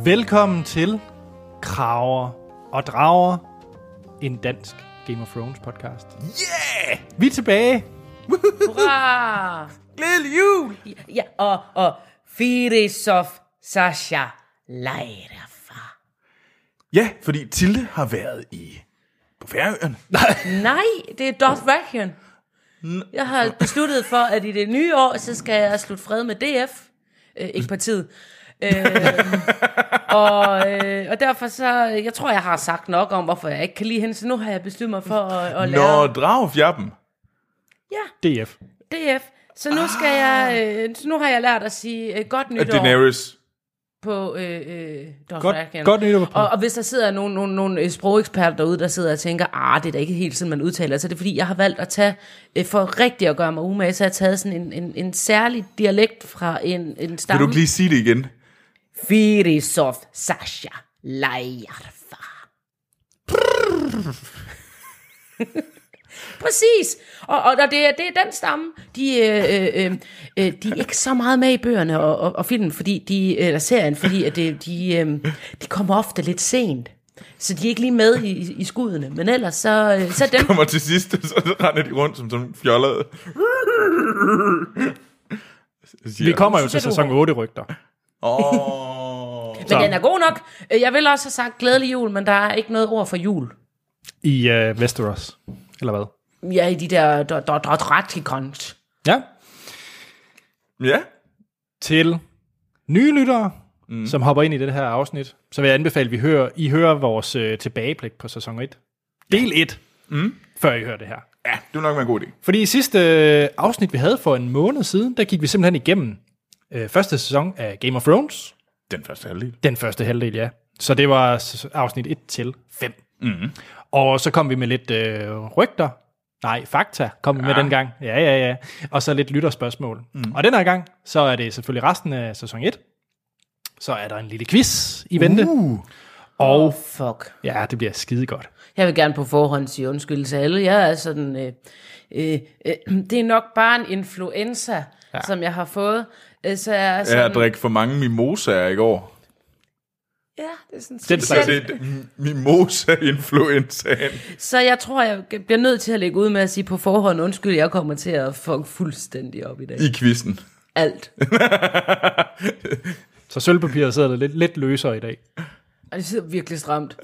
Velkommen til Kraver og Drager, en dansk Game of Thrones podcast. Yeah! Vi er tilbage. Hurra! Glædelig jul! Ja, og Firisov Sasha Lejrefar. Ja, fordi Tilde har været på Færøerne. Nej, det er Dothraki. Jeg har besluttet for, at i det nye år, så skal jeg slutte fred med DF. Ikke partiet. Og derfor så, jeg tror, jeg har sagt nok om, hvorfor jeg ikke kan lide hende, så nu har jeg besluttet mig for at lære... Nå, Dragefjappen. Ja, DF. så nu skal jeg, så nu har jeg lært at sige godt nytår Daenerys. på Dothraki. Godt nytår på. Og hvis der sidder nogle sprogeksperter derude, der sidder og tænker, det er da ikke helt sådan, man udtaler, så det er fordi, jeg har valgt at tage, for rigtigt at gøre mig umage, så har jeg taget sådan en særlig dialekt fra en stamme. Vil du ikke lige sige det igen? Firisov Sasha Lejrefar. Præcis. Og det er den stamme. De er ikke så meget med i bøgerne og filmen, eller serien, fordi at de kommer ofte lidt sent. Så de er ikke lige med i skuddene. Men ellers så dem... Kommer til sidst, så render de rundt som sådan fjollede. Vi kommer jo til sæson 8 rygter. Men den er god nok. Jeg vil også have sagt glædelig jul, men der er ikke noget ord for jul. I Westeros, eller hvad? Ja, i de der Dothrakikons. Ja. Ja. Til nye lyttere, som hopper ind i det her afsnit, så vil jeg anbefale, at I hører vores tilbageblik på sæson 1. Del 1, før I hører det her. Ja, det vil nok være en god idé. Fordi i sidste afsnit, vi havde for en måned siden, der gik vi simpelthen igennem første sæson af Game of Thrones. Den første halvdel. Den første halvdel, ja. Så det var afsnit 1 til 5. Mm-hmm. Og så kom vi med lidt rygter. Nej, fakta kom vi med dengang. Ja. Og så lidt lytterspørgsmål. Og den her gang, så er det selvfølgelig resten af sæson 1. Så er der en lille quiz i vente. Og fuck. ja, det bliver skide godt. Jeg vil gerne på forhånd sige undskyld til alle. Jeg er sådan... det er nok bare en influenza, som jeg har fået. Så jeg er sådan... Jeg drik for mange mimosaer i går. Ja, det er sådan... Det er mimosa-influenzaen. Så jeg tror, jeg bliver nødt til at lægge ud med at sige på forhånd undskyld. Jeg kommer til at fuck fuldstændig op i dag. I quizzen. Alt. Så sølvpapiret sidder der lidt løsere i dag. Og det sidder virkelig stramt.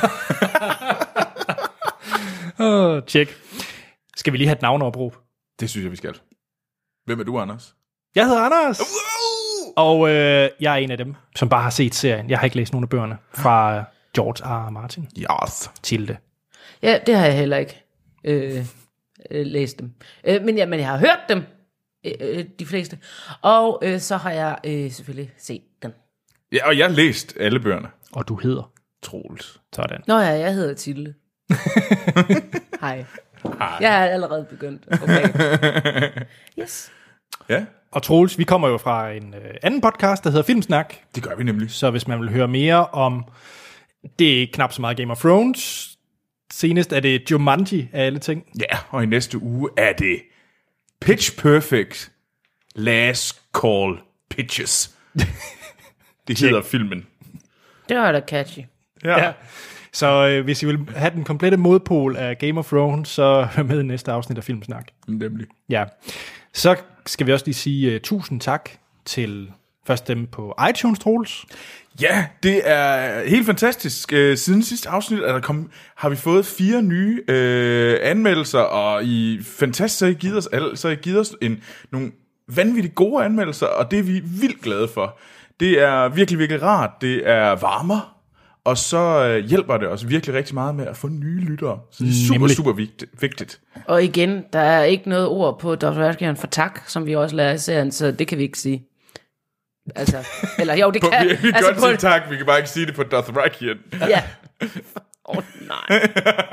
Tjek. Skal vi lige have et navneopråb? Det synes jeg, vi skal. Hvem er du, Anders? Jeg hedder Anders. Og jeg er en af dem, som bare har set serien. Jeg har ikke læst nogen af bøgerne fra George R. R. Martin. Yes. Tilde. Ja, det har jeg heller ikke læst dem. Men jeg har hørt dem, de fleste. Og så har jeg selvfølgelig set dem. Ja, og jeg har læst alle bøgerne. Og du hedder Troels. sådan. Nå ja, jeg hedder Tilde. Hej. Jeg er allerede begyndt. Okay. Yes. Ja, Og Troels, vi kommer jo fra en anden podcast, der hedder Filmsnak. det gør vi nemlig. Så hvis man vil høre mere om, det er knap så meget Game of Thrones. Senest er det Jumanji af alle ting. Ja, og i næste uge er det Pitch Perfect Last Call Pitches. Det hedder filmen. Det var da catchy. Ja. Så hvis I vil have den komplette modpol af Game of Thrones, så hør med i næste afsnit af Filmsnak. Nemlig. Ja. Så skal vi også lige sige tusind tak til først dem på iTunes, Troels. Ja, det er helt fantastisk. Siden sidste afsnit har vi fået 4 nye anmeldelser, og I fantastisk, så I givet os nogle vanvittigt gode anmeldelser, og det er vi vildt glade for. Det er virkelig, virkelig rart. Det er varmer, og så hjælper det os virkelig rigtig meget med at få nye lyttere. Så det er super vigtigt. Og igen, der er ikke noget ord på Dothraki for tak, som vi også lærer i serien, så det kan vi ikke sige. Altså, eller jo, det kan. Vi kan godt sige tak, vi kan bare ikke sige det på Dothrakian. Ja. Nej.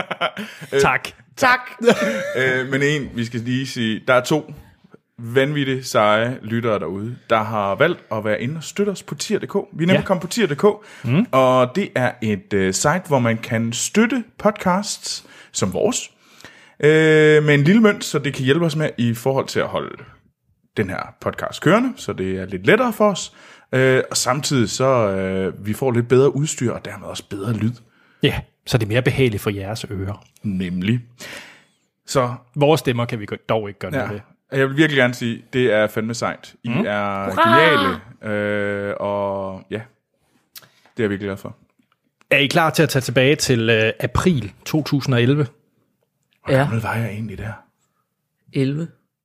Tak. Men vi skal lige sige, der er 2 vanvittige, seje lyttere derude, der har valgt at være inde og støtte os på tier.dk. Vi er nemlig kommet på tier.dk, og det er et site, hvor man kan støtte podcasts som vores, med en lille mønt, så det kan hjælpe os med i forhold til at holde den her podcast kørende, så det er lidt lettere for os. Og samtidig så vi får lidt bedre udstyr, og dermed også bedre lyd. Ja, så det er mere behageligt for jeres ører. Nemlig. Så vores stemmer kan vi dog ikke gøre noget ved. Jeg vil virkelig gerne sige, det er fandme sejt. I er geniale, og ja, det er jeg virkelig glad for. Er I klar til at tage tilbage til april 2011? Hvor gammel var jeg egentlig der? 11.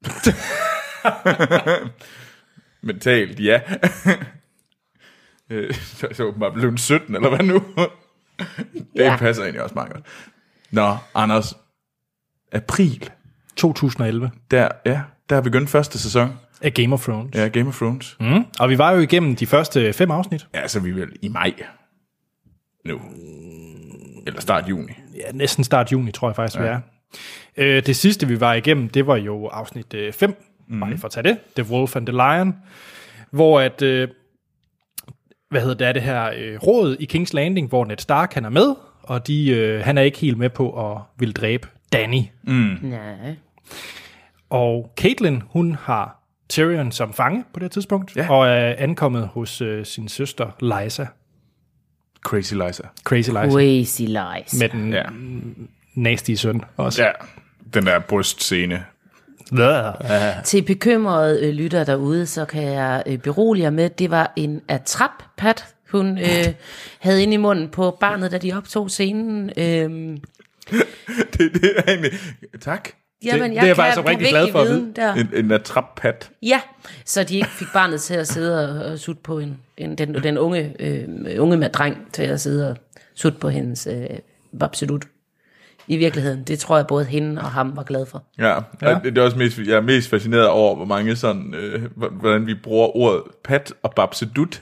Mentalt, ja. Så åbenbart blev 17, eller hvad nu? Det passer egentlig også meget godt. Nå, Anders. April 2011. Der begyndte første sæson. Af Game of Thrones. Ja, Game of Thrones. Og vi var jo igennem de første 5 afsnit. Ja, så vi er vel i maj nu. Eller start juni. Ja, næsten start juni, tror jeg faktisk, vi er. Det sidste, vi var igennem, det var jo afsnit 5. Bare lige for at tage det. The Wolf and the Lion. Hvor at... det her råd i King's Landing, hvor Ned Stark han er med, og han er ikke helt med på at vil dræbe Dany. Nej. Og Catelyn, hun har Tyrion som fange på det tidspunkt, og er ankommet hos sin søster Lysa. Crazy Lysa. Crazy Lysa. Med den nasty søn også. Ja, den der brystscene. Til bekymrede lytter derude, så kan jeg berolige jer med, at det var en atrap-pat, hun havde inde i munden på barnet, da de optog scenen. Det er egentlig... Tak. Jamen, det er jeg faktisk rigtig glad for at vide. En atrap-pat. Ja, så de ikke fik barnet til at sidde og sutte på den unge med dreng til at sidde og sutte på hendes babsedut. I virkeligheden, det tror jeg både hende og ham var glad for. Ja. Det er også jeg er mest fascineret over, hvor mange sådan, hvordan vi bruger ordet pat og babsedut.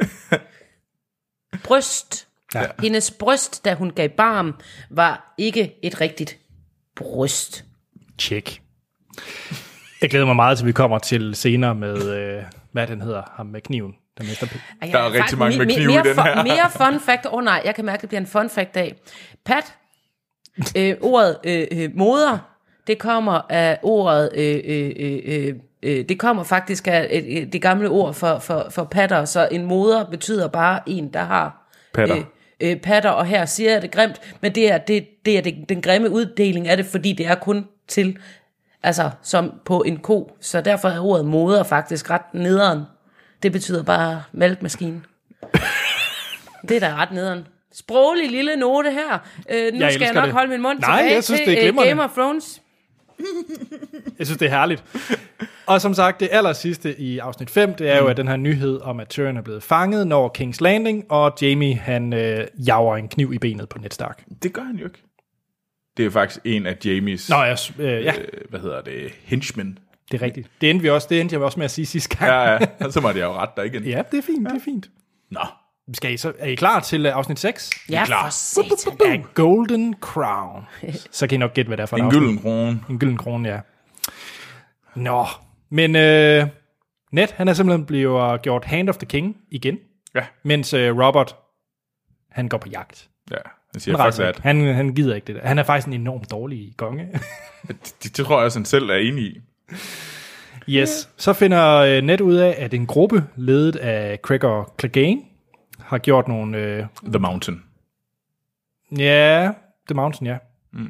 Bryst. Ja. Hendes bryst, da hun gav barm, var ikke et rigtigt bryst. Check. Jeg glæder mig meget til, vi kommer til senere med, hvad den hedder, ham med kniven. Der er rigtig mange med kniv i den her. Mere fun fact. Nej, jeg kan mærke, det bliver en fun fact af. Pat, ordet moder, det kommer af ordet, det kommer faktisk af det gamle ord for patter, så en moder betyder bare en, der har patter, og her siger jeg det grimt, men det er den grimme uddeling af det, fordi det er kun til, altså som på en ko, så derfor er ordet moder faktisk ret nederen. Det betyder bare mælkemaskine. Det er da ret nederen. Sproglig lille note her. Nu skal jeg nok holde min mund tilbage jeg synes, til Game of Thrones. Jeg synes, det er herligt. Og som sagt, det aller sidste i afsnit 5, det er jo at den her nyhed om, at Tyrion er blevet fanget, når King's Landing, og Jaime, han jager en kniv i benet på Ned Stark. Det gør han jo ikke. Det er jo faktisk en af Jaimes, henchmen. Det er rigtigt. Det endte jeg også med at sige sidste gang. Ja, så må det jo rette dig igen. Ja, det er fint. Nå. Er I klar til afsnit 6? Ja, klar. for satan. A Golden Crown. Så kan I nok gætte, hvad det er for en gylden krone. En gylden krone, ja. Nå, men Ned, han er simpelthen blevet gjort Hand of the King igen. Ja. Mens Robert, han går på jagt. Ja, han siger faktisk, at han gider ikke det der. Han er faktisk en enormt dårlig konge. det tror jeg også, han selv er enig i. Yes, så finder Ned ud af, at en gruppe, ledet af Gregor Clegane, har gjort nogle... The Mountain. Ja, The Mountain, ja.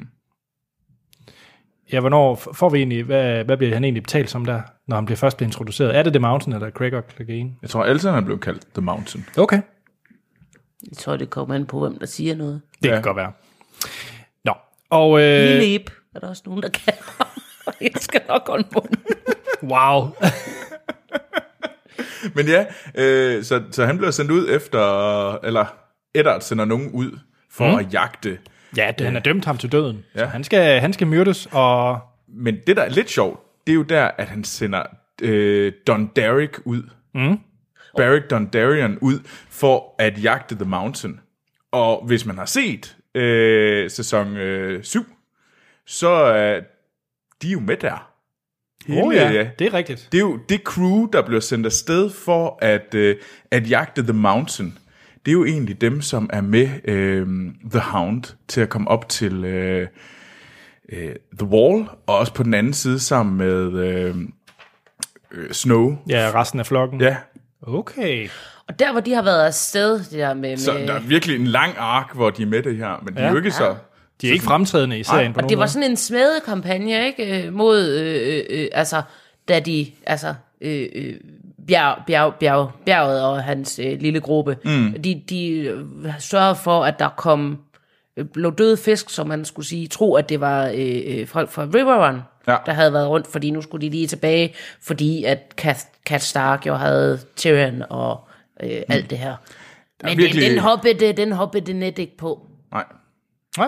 Ja, hvornår får vi egentlig... Hvad bliver han egentlig betalt som der, når han først bliver introduceret? Er det The Mountain eller Gregor Clegane? Jeg tror altid, han er blevet kaldt The Mountain. Okay. Jeg tror, det kommer an på, hvem der siger noget. Det kan godt være. Nå, og... Lilleb er der også nogen, der kan. Jeg skal nok holde munden. Wow. Men ja, så han bliver sendt ud efter, eller Eddard sender nogen ud for at jagte. Ja, han er dømt ham til døden, så han skal myrdes. Og... Men det, der er lidt sjovt, det er jo der, at han sender Dondarrion ud. Beric Dondarrion ud for at jagte The Mountain. Og hvis man har set sæson 7, så de er jo med der. Det er rigtigt. Det er jo det crew, der bliver sendt afsted for at jagte The Mountain. Det er jo egentlig dem, som er med The Hound til at komme op til The Wall, og også på den anden side sammen med Snow. Ja, resten af flokken. Ja, Okay. Og der, hvor de har været afsted, det der med... så der er virkelig en lang ark, hvor de er med det her, men de er jo ikke så... De er ikke fremtrædende i serien på Og nogen det var måde. sådan en smedekampagne, ikke? Mod, altså, da de, altså, bjerget og hans lille gruppe, de sørgede for, at der blev døde fisk, som man skulle sige, tro, at det var folk fra River Run, der havde været rundt, fordi nu skulle de lige tilbage, fordi at Cat Stark jo havde Tyrion og alt det her. Men virkelig... den hoppede det net ikke på. Nej. Nej.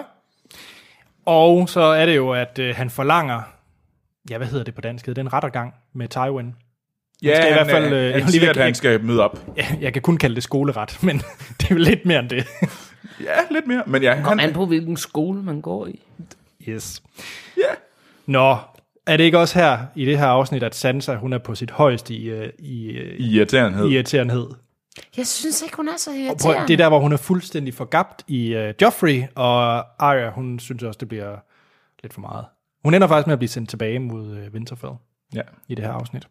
Og så er det jo, at han forlanger, ja, hvad hedder det på dansk? Det er en rettergang med Tywin. Ja, skal i hvert fald, han siger, at han skal møde op. Ja, jeg kan kun kalde det skoleret, men det er jo lidt mere end det. Ja, lidt mere, men ja. Kom an på, hvilken skole man går i. Yes. Ja. Nå, er det ikke også her, i det her afsnit, at Sansa, hun er på sit højeste i irriterenhed? Jeg synes ikke, hun er så irriterende. Det er der, hvor hun er fuldstændig forgabt i Joffrey, og Arya, hun synes også, det bliver lidt for meget. Hun ender faktisk med at blive sendt tilbage mod Winterfell i det her afsnit.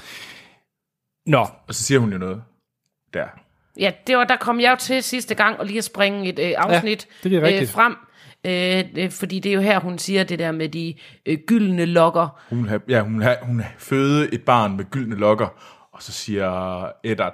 Nå. Og så siger hun jo noget der. Ja, der kom jeg jo til sidste gang, og lige at springe et afsnit frem. Fordi det er jo her, hun siger det der med de gyldne lokker. Hun vil føde et barn med gyldne lokker, og så siger Eddard,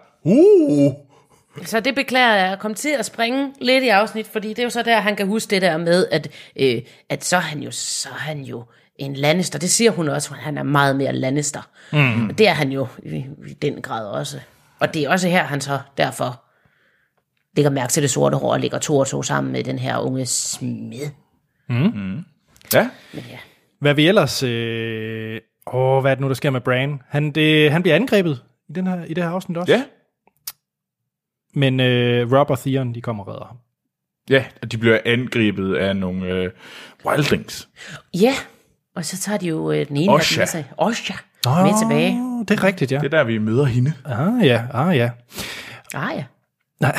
Så det beklager jeg. Jeg kom til at springe lidt i afsnit, fordi det er jo så der, han kan huske det der med, at så er han jo en Lannister. Det siger hun også, han er meget mere Lannister. Og det er han jo i den grad også. Og det er også her, han så derfor lægger mærke til det sorte hår og lægger 2 og 2 sammen med den her unge smed. Ja. Men ja. Hvad vi ellers... hvad er det nu, der sker med Bran? Han bliver angrebet i det her afsnit også. Ja. Men Robb og Theon, de kommer og redder ham. Ja, og de bliver angrebet af nogle wildlings. Ja, og så tager de jo den ene Osha. af dem Osha med tilbage. Det er rigtigt, ja. Det er der, vi møder hende. Ja. Ah ja. Nej,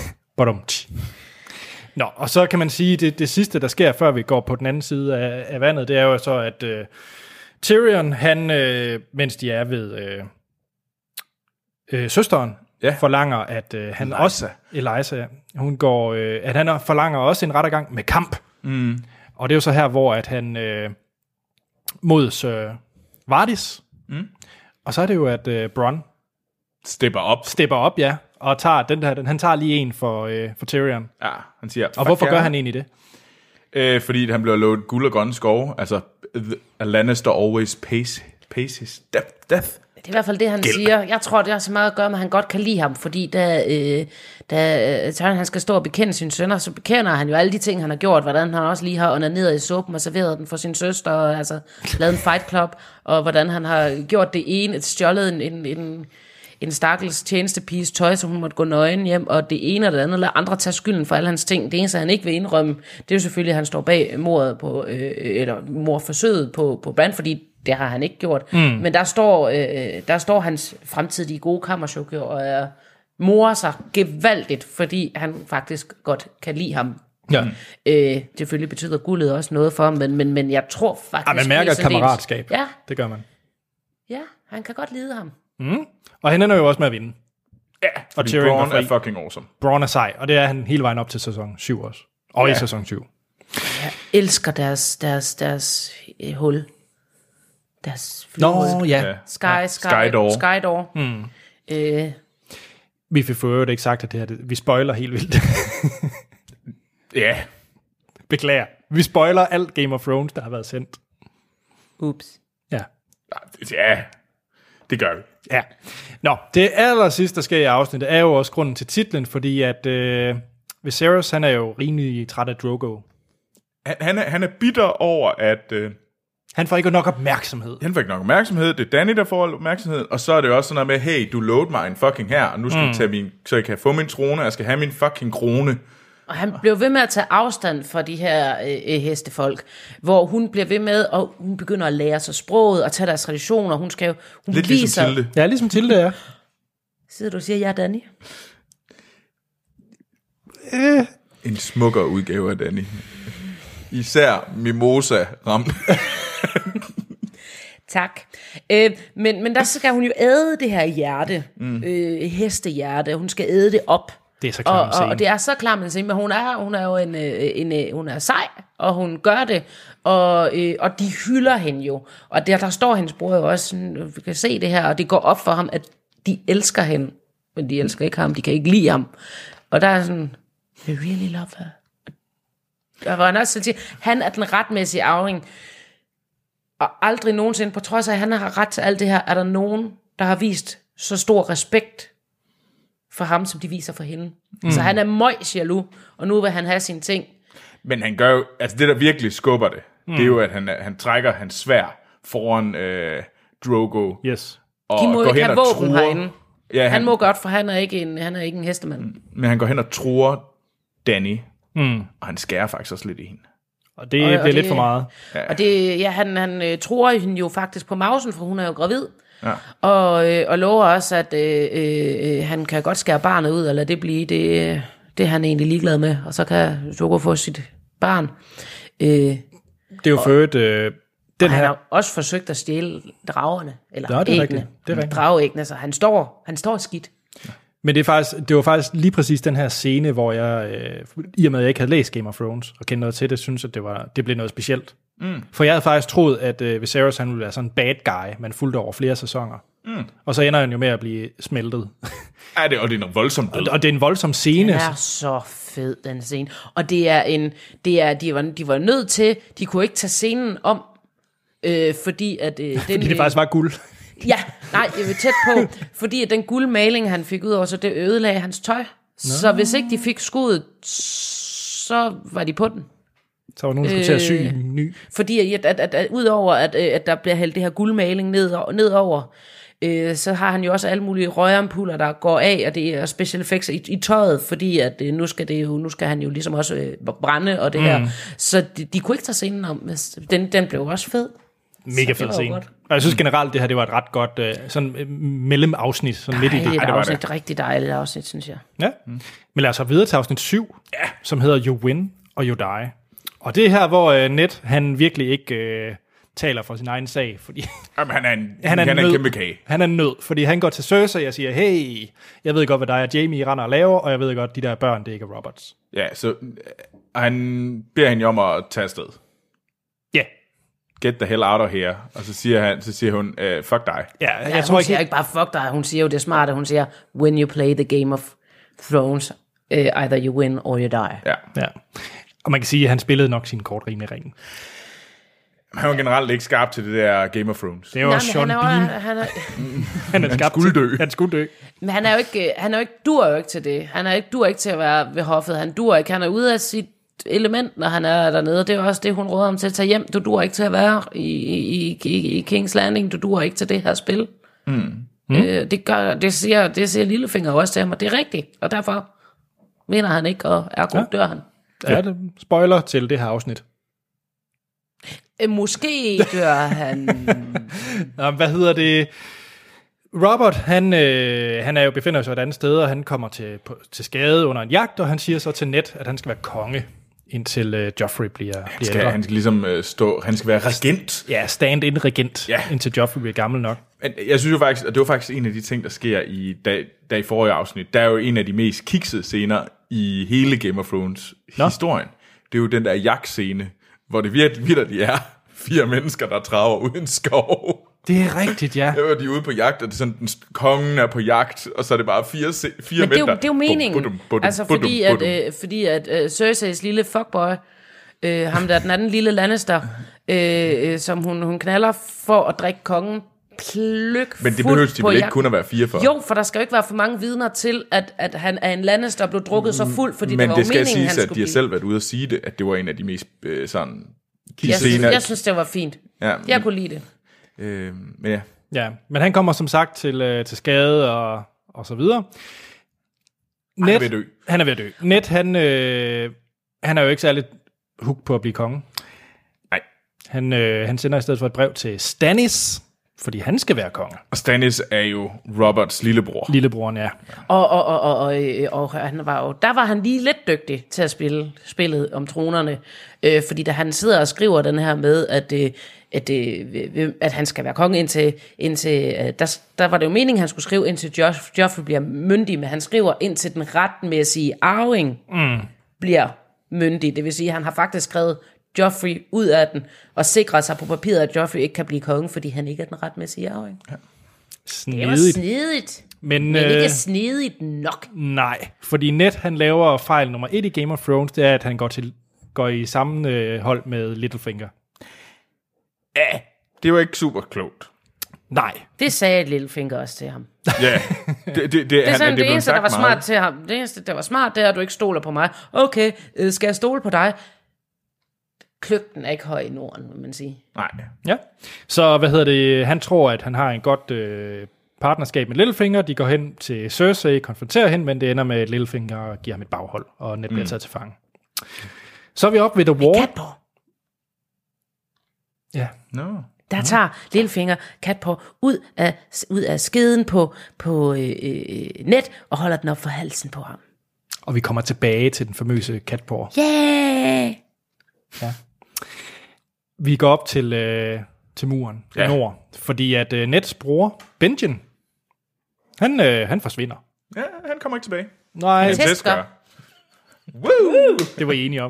Nå, og så kan man sige, det sidste, der sker, før vi går på den anden side af vandet, det er jo så, at Tyrion, han, mens de er ved søsteren, forlanger, at han Eliza. også... Eliza, hun går... at han forlanger også en rettergang med kamp. Og det er jo så her, hvor at han mod Sir Vardis. Og så er det jo, at Bronn stepper op, ja, og tager den der, han tager lige en for Tyrion. Ja, han siger... Og hvorfor gør han egentlig det? Fordi han bliver lovet guld og grønne skove. Altså, a Lannister always pays his death. Det er i hvert fald det, han siger. Jeg tror, det har så meget at gøre med, at han godt kan lide ham, fordi da Tyrion, han skal stå og bekende sin sønner, så bekender han jo alle de ting, han har gjort, hvordan han også lige har onaneret i suppen og serveret den for sin søster, og altså lavet en fight club, og hvordan han har gjort det ene, stjålet en stakkels tjenestepige tøj, så hun måtte gå nøgen hjem, og det ene og det andet, eller andre tager skylden for alle hans ting. Det eneste, han ikke vil indrømme, det er jo selvfølgelig, at han står bag mordet på, eller mordforsøget på Bran, fordi det har han ikke gjort. Men der står hans fremtidige gode kammerchuk og morer sig gevaldigt, fordi han faktisk godt kan lide ham. Ja. Selvfølgelig betyder guldet også noget for ham, men jeg tror faktisk... man mærker et kammeratskab. Ja. Det gør man. Ja, han kan godt lide ham. Og han ender jo også med at vinde. Ja, og Bronn er fucking awesome. Bronn er sej, og det er han hele vejen op til sæson 7 også. Og i sæson 7. Jeg elsker deres hul. Deres flyhul. Nå, ja. Skydor. Vi fik for øvrigt ikke sagt, at det her, vi spoiler helt vildt. Ja. Beklager. Vi spoiler alt Game of Thrones, der har været sendt. Ups. Ja. Ja, det gør vi. Ja. Nå, det aller sidste, der sker i afsnittet, er jo også grunden til titlen, fordi at Viserys, han er jo rimelig træt af Drogo. Han er bitter over, at... han får ikke nok opmærksomhed. Han får ikke nok opmærksomhed. Det er Danny, der får opmærksomhed. Og så er det også sådan noget med, hey, du lovede mig en fucking her, og nu skal jeg tage så jeg kan få min trone, og jeg skal have min fucking krone. Og han blev ved med at tage afstand fra de her hestefolk, hvor hun bliver ved med, og hun begynder at lære sig sproget og tage deres traditioner. Hun skal jo... Lidt ligesom Tilde. Ja, ligesom Tilde, ja. Sidder du og siger, ja, Danny? En smukkere udgave af Danny. Især Mimosa ramt. Tak. Men der skal hun jo æde det her hjerte, hestehjerte. Hun skal æde det op. Det er så klam en scene. Og det er så klam en scene, men hun er jo hun er sej, og hun gør det, og de hylder hende jo. Og der står hendes bror jo også, sådan, vi kan se det her, og det går op for ham, at de elsker hende, men de elsker ikke ham, de kan ikke lide ham. Og der er sådan, we really love her. Der var han også sådan, han er den retmæssige arving, og aldrig nogensinde, på trods af, at han har ret til alt det her, er der nogen, der har vist så stor respekt for ham, som de viser for hende. Så han er møjs jaloux, og nu vil han have sine ting. Men han gør jo, altså det der virkelig skubber det, det er jo, at han trækker hans sværd foran Drogo. Yes. Og De må går ikke hen have og våben truer. herinde. Ja, Han må godt, for han er ikke en hestemand. Men han går hen og truer Dany, og han skærer faktisk også lidt i hende. Og det bliver lidt for meget. Ja. Og det, ja, han tror hende jo faktisk på mausen, for hun er jo gravid. Ja. Og lover også, at han kan godt skære barnet ud, eller det blive, det er han egentlig ligeglad med. Og så kan Drogo få sit barn. Det er jo for den Han her... har også forsøgt at stjæle dragerne, eller Ja, det er æggene. rigtigt. Det er rigtigt. Drageæggene, så han står skidt. Men det var faktisk lige præcis den her scene, hvor jeg, i og med at jeg ikke havde læst Game of Thrones, og kendte noget til det, synes at det blev noget specielt. For jeg havde faktisk troet, at Viserys han ville være sådan en bad guy, man fulgte over flere sæsoner. Og så ender han jo med at blive smeltet. Ja, og det er noget voldsomt død. Og det er en voldsom scene. Den er så fed, den scene. Og de var nødt til, de kunne ikke tage scenen om, fordi at... Fordi det faktisk var guld. Ja, nej, jeg vil tæt på, fordi at den guldmaling, han fik ud over, så det ødelagde hans tøj. Så hvis ikke de fik skuddet, så var de på den. Så var nogen, der skulle til at sy en ny. Fordi at udover at der bliver hældt det her guldmaling nedover, så har han jo også alle mulige røgampuller, der går af, og det er special effects i tøjet, fordi at nu skal han jo ligesom også brænde og det her. Så de kunne ikke tage scenen om. Den blev også fed. Mega fed scene. Og jeg synes generelt, det her det var et ret godt sådan mellemafsnit, sådan midt i det. Det var også et rigtig dejligt afsnit, synes jeg. Ja, men lad os hoppe videre til afsnit 7, som hedder You Win or You Die. Og det er her, hvor Ned, han virkelig ikke taler for sin egen sag, fordi Jamen, han er en kæmpe kage. Han er nød, fordi han går til Cersei og siger, hey, jeg ved godt, hvad dig og Jamie render og laver, og jeg ved godt, de der børn, det ikke er Roberts. Ja, så han beder hende om at tage afsted. Ja. Get the hell out of here. Og så siger hun, fuck dig. Ja, Jeg tror hun siger ikke bare fuck dig, hun siger jo det smarte, hun siger, when you play the Game of Thrones, either you win or you die. Ja. Og man kan sige, at han spillede nok sin kort rimelig ringen. Han var generelt ikke skarp til det der Game of Thrones. Det er jo Sean Bean. Han er skarp skulle dø. Han skulle dø. Men han er jo ikke, dur jo ikke til det. Dur ikke til at være ved hoffet. Han dur ikke. Han er ude af sit element, når han er dernede. Det er jo også det, hun råder ham til at tage hjem. Du dur ikke til at være i King's Landing. Du dur ikke til det her spil. Det siger Lillefinger også til ham, og det er rigtigt. Og derfor mener han ikke, og ergo dør han. Ja, det spoiler til det her afsnit. Måske dør han... Nå, hvad hedder det? Robert, han er jo befinder sig et andet sted, og han kommer til skade under en jagt, og han siger så til Ned, at han skal være konge, indtil Joffrey bliver ældre. Han skal ligesom han skal være regent. Ja, stand-in regent, indtil Joffrey bliver gammel nok. Jeg synes jo faktisk, at det var faktisk en af de ting, der sker i forrige afsnit. Der er jo en af de mest kiksede scener i hele Game of Thrones historien. Det er jo den der jagtscene, hvor det virkelig er 4 mennesker, der traver uden skov. Det er rigtigt, ja. Der var de ude på jagt, og det er sådan, kongen er på jagt, og så er det bare fire mænd, det er jo meningen. Altså fordi at Cerseis lille fuckboy, ham der den anden lille Lannister, som hun knaller for at drikke kongen pløk. Men det behøver de vel ikke kun at være 4 for? Jo, for der skal jo ikke være for mange vidner til, at han er en Lannister og blev drukket så fuld, fordi det var jo meningen, han skulle blive. Men det skal siges, at de har selv været ude at sige det, at det var en af de mest sådan... Jeg synes, det var fint. Ja, jeg kunne lide det. Men ja. Ja, men han kommer som sagt til skade og så videre. Han er ved at dø. Han er ved at dø. Ned, han er jo ikke særlig hook på at blive konge. Nej. Han sender i stedet for et brev til Stannis, Fordi han skal være konge. Og Stannis er jo Roberts lillebror. Lillebroren, ja. Og han var jo, der var han lige lidt dygtig til at spille spillet om tronerne, fordi da han sidder og skriver den her med, at han skal være konge indtil der var det jo meningen, han skulle skrive indtil Joffrey bliver myndig, men han skriver indtil den retmæssige arving bliver myndig. Det vil sige, at han har faktisk skrevet Joffrey ud af den, og sikrer sig på papiret, at Joffrey ikke kan blive konge, fordi han ikke er den retmæssige arving. Ja. Det var snedigt. Men ikke snedigt nok. Nej, fordi Ned, han laver fejl nummer 1 i Game of Thrones, det er, at han går i samme hold med Littlefinger. Ja, det var ikke super klogt. Nej. Det sagde Littlefinger også til ham. Ja, det er sådan det eneste, der var smart til ham. Det eneste, der var smart, det er, at du ikke stoler på mig. Okay, skal jeg stole på dig? Kløgten er ikke høj i Norden, vil man sige. Nej. Ja, så han tror, at han har en godt partnerskab med Littlefinger. De går hen til Cersei, konfronterer hende, men det ender med, at Littlefinger giver ham et baghold, og Ned bliver taget til fange. Så er vi oppe ved The Wall. Ja. No. Der tager Littlefinger Catpaw ud af skeden på Ned og holder den op for halsen på ham. Og vi kommer tilbage til den famøse Catpaw. Yeah! Ja. Vi går op til muren i nord, fordi at Neds bror, Benjen, han forsvinder. Ja, han kommer ikke tilbage. Nej, Woo! Det var I enige om.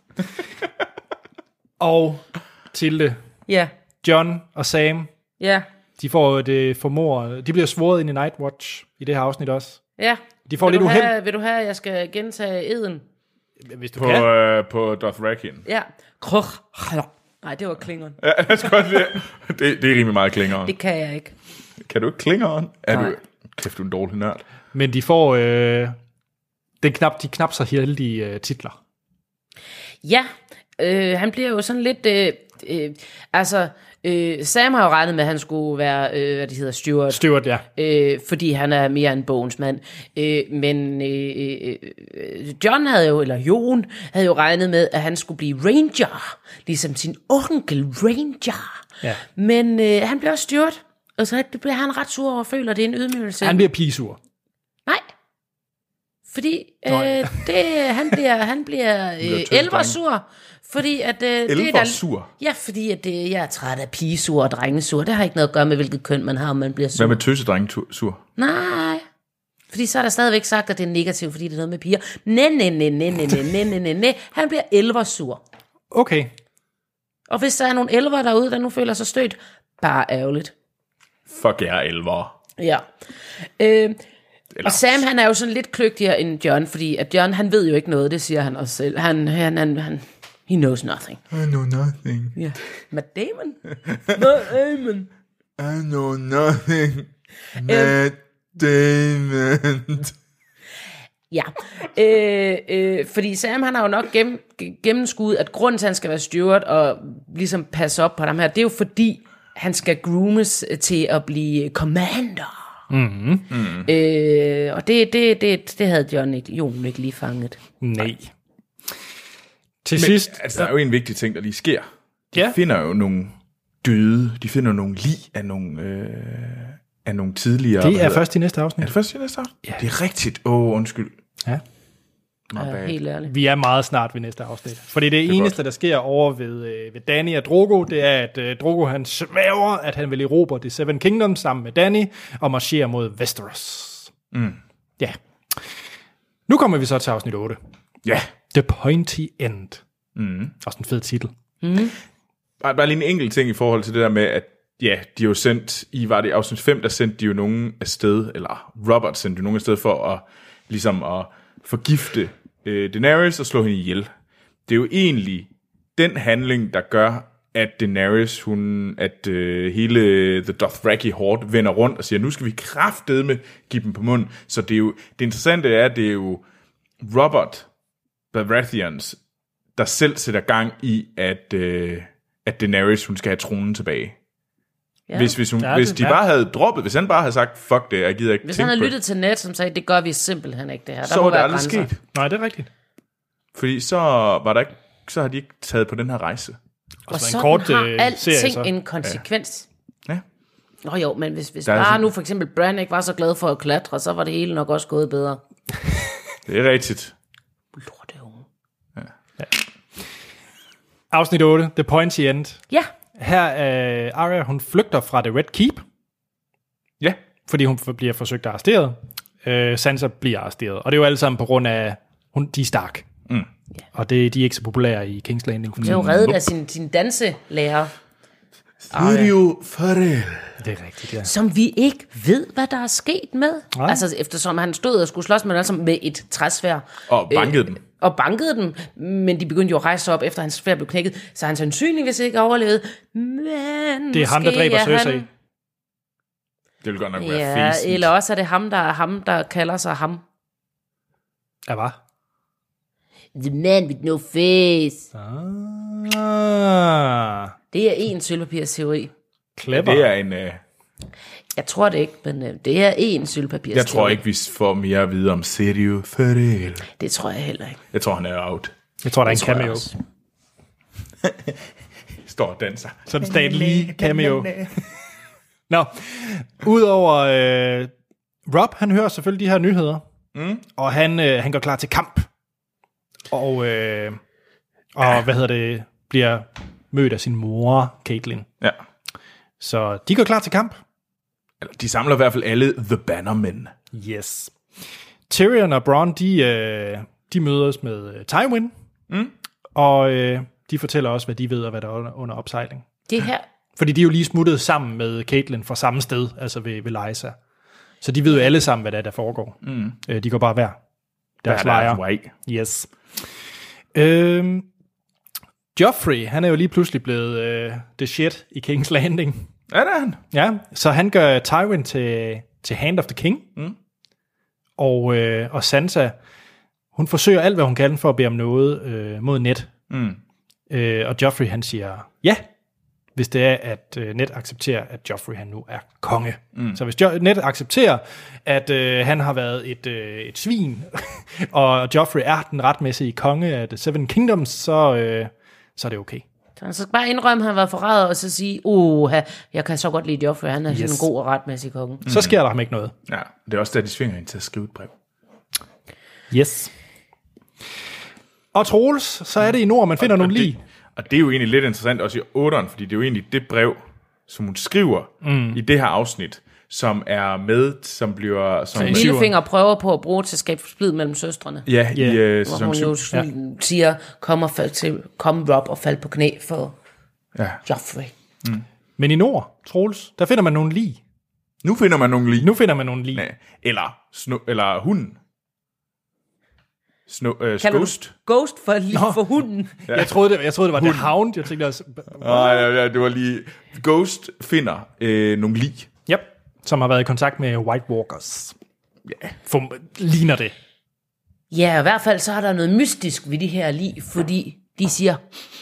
Og Tilde, Ja. Jon og Sam, Ja. de får det formord. De bliver svoret ind i Nightwatch i det her afsnit også. Ja. De får lidt uheld. Vil du have, at jeg skal gentage eden? Hvis du kan. På Dothraki. Ja. Nej, det var klingeren. Ja, det er rimelig meget klingeren. Det kan jeg ikke. Kan du ikke klingeren? Kæft, du er en dårlig nørd. Men de får de knap så heldige titler. Ja, han bliver jo sådan lidt... Sam har jo regnet med, at han skulle være, hvad det hedder, steward. Steward, ja. Fordi han er mere en bogens mand. Men Jon havde jo regnet med, at han skulle blive ranger. Ligesom sin onkel ranger. Ja. Men han bliver også steward. Og så bliver han ret sur og føler, det er en ydmygelse. Han bliver pigesur. Nej. Fordi han bliver elversur. Fordi at elversur? Ja, fordi at jeg er træt af pigesur og drengesur. Det har ikke noget at gøre med, hvilket køn man har, om man bliver sur. Hvad med tøsedrengesur? Nej. Fordi så er der stadigvæk sagt, at det er negativt, fordi det er noget med piger. Nej. Han bliver elversur. Okay. Og hvis der er nogle elver derude, der nu føler sig stødt, bare ærgerligt. Fuck jer, elver. Ja. Og Sam, han er jo sådan lidt kløgtigere end Jon, fordi at Jon, han ved jo ikke noget, det siger han også selv. Han he knows nothing. I know nothing. Ja. Matt Damon? Matt Damon. I know nothing. Matt Damon. Ja. Fordi Sam, han har jo nok gennemskuet, at grunden til, at han skal være steward og ligesom passe op på dem her, det er jo fordi, han skal groomes til at blive commander. Og det havde Jon ikke lige fanget. Nej. Til sidst... Altså, der er jo en vigtig ting, der lige sker. De finder jo nogle døde, de finder nogle lig af nogle tidligere... Det er først i næste afsnit. Er det først i næste afsnit? Ja. Det er rigtigt. Undskyld. Ja. Helt ærligt. Vi er meget snart ved næste afsnit. Fordi det eneste, godt, der sker over ved Dany og Drogo, det er, at Drogo han svæver, at han vil erobre The Seven Kingdoms sammen med Dany og marchere mod Westeros. Ja. Nu kommer vi så til afsnit 8. Ja. The Pointy End. Også en fed titel. Bare lige en enkelt ting i forhold til det der med, at ja, de jo sendt, var det afsnit 5, der sendte de jo nogen afsted, eller Robert sendte jo nogen afsted for at forgifte Daenerys og slå hende ihjel. Det er jo egentlig den handling, der gør, at Daenerys, hele The Dothraki Horde vender rundt og siger, nu skal vi kraftedme give dem på munden. Så det er jo, det interessante er, det er jo Robert Baratheons, der selv sætter gang i, at Daenerys, hun skal have tronen tilbage. Ja. Hvis de bare havde droppet, hvis han bare havde sagt, fuck det, jeg gider ikke. Hvis han havde lyttet til Ned, som sagde, det gør vi simpelthen ikke det her. Så var det aldrig sket. Nej, det er rigtigt. Fordi så har de ikke taget på den her rejse. Og sådan har alting en konsekvens. Ja. Nå jo, men hvis Der er bare sådan- nu for eksempel Bran ikke var så glad for at klatre, så var det hele nok også gået bedre. Det er rigtigt. Lorteunge. Afsnit 8, The Pointy End. Ja, Her Arya, hun flygter fra The Red Keep, Ja. fordi hun bliver forsøgt arresteret. Sansa bliver arresteret. Og det er jo alle sammen på grund af, de er Stark. Og de er ikke så populære i King's Landing. For det er jo eksempel. reddet af sin danselærer, Sirio Farrell. Det er rigtigt, ja. som vi ikke ved, hvad der er sket med. Nej. Altså, eftersom han stod og skulle slås med, altså med et træsværd. Og bankede dem. Og bankede dem, men de begyndte jo at rejse op, efter hans sværd blev knækket, så han sandsynligvis ikke overlevede. Men Det er ham, der dræber Cersei. Det vil godt nok være Ja, fæsent. eller også er det ham, der kalder sig ham. Ja, hvad? The man with no face. Ah, Det er en sølvpapirsteori. clever. Det er en... Jeg tror det ikke, men det er en sølvpapirsteori. Jeg tror ikke, vi får mere at vide om Sirio Farrell. Det tror jeg heller ikke. Jeg tror, han er out. Jeg tror, der er en Det tror jeg cameo. også. Står og danser. Så en Stan Lee cameo. Nå, udover Rob, han hører selvfølgelig de her nyheder, og han går klar til kamp. Og hvad hedder det, bliver mødt af sin mor, Catelyn. Ja. Så de går klar til kamp. Eller, de samler i hvert fald alle The Bannermen. Yes. Tyrion og Bronn, de mødes med Tywin, og de fortæller også, hvad de ved, og hvad der er under opsejling. Det her, Fordi de er jo lige smuttet sammen med Catelyn fra samme sted, altså ved Lysa. Så de ved jo alle sammen, hvad der foregår. De går bare hver deres lejre. Vej. Yes. Joffrey, han er jo lige pludselig blevet the shit i King's Landing. Ja, det er han. Ja, så han gør Tywin til Hand of the King. Og Sansa, hun forsøger alt, hvad hun kan for at bede om noget mod Ned. Og Joffrey, han siger ja, hvis det er, at Ned accepterer, at Joffrey han nu er konge. Så hvis Ned accepterer, at han har været et svin, og Joffrey er den retmæssige konge af The Seven Kingdoms, så er det okay. så han skal bare indrømme, at han var forræder, og så sige, jeg kan så godt lide Joffrey, han er sådan en god og retmæssig konge. Så sker der ham ikke noget. Ja, det er også der, de svinger ind til at skrive et brev. Yes. Og Troels, så er det i nord, man finder nogle lig. Og det er jo egentlig lidt interessant også i 8'eren, fordi det er jo egentlig det brev, som hun skriver i det her afsnit, som er med, som bliver... Som Lillefinger prøver på at bruge til at skabe splid mellem søstrene. ja, i Hvor sæson hun 7. jo siger, kom Rob og fald på knæ for Ja. Joffrey. Men i nord, Troels, der finder man nogle lig. Nu finder man nogle lige. Nu finder man nogle lig. Ja. Eller hunden. Kalder du Ghost. Ghost for hunden. Ja. Jeg troede, det var The Hound. Jeg tænkte også... Ja, det var lige... Ghost finder nogle lig. Yep. Som har været i kontakt med White Walkers. Ja. Ligner det. Ja, i hvert fald så er der noget mystisk ved de her lig, fordi de siger,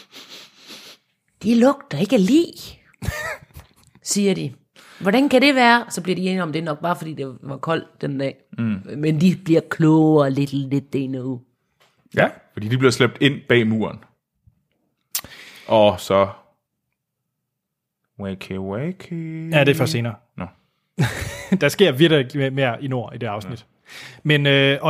de lugter ikke af lig, siger de. Hvordan kan det være? Så bliver de enige om, det er nok bare fordi det var koldt den dag. Men de bliver klogere lidt det nu. Ja, fordi de bliver slæbt ind bag muren. Og så... Wakey. Ja, det er først senere. Nå. Der sker virkelig mere i nord i det afsnit. Ja. Men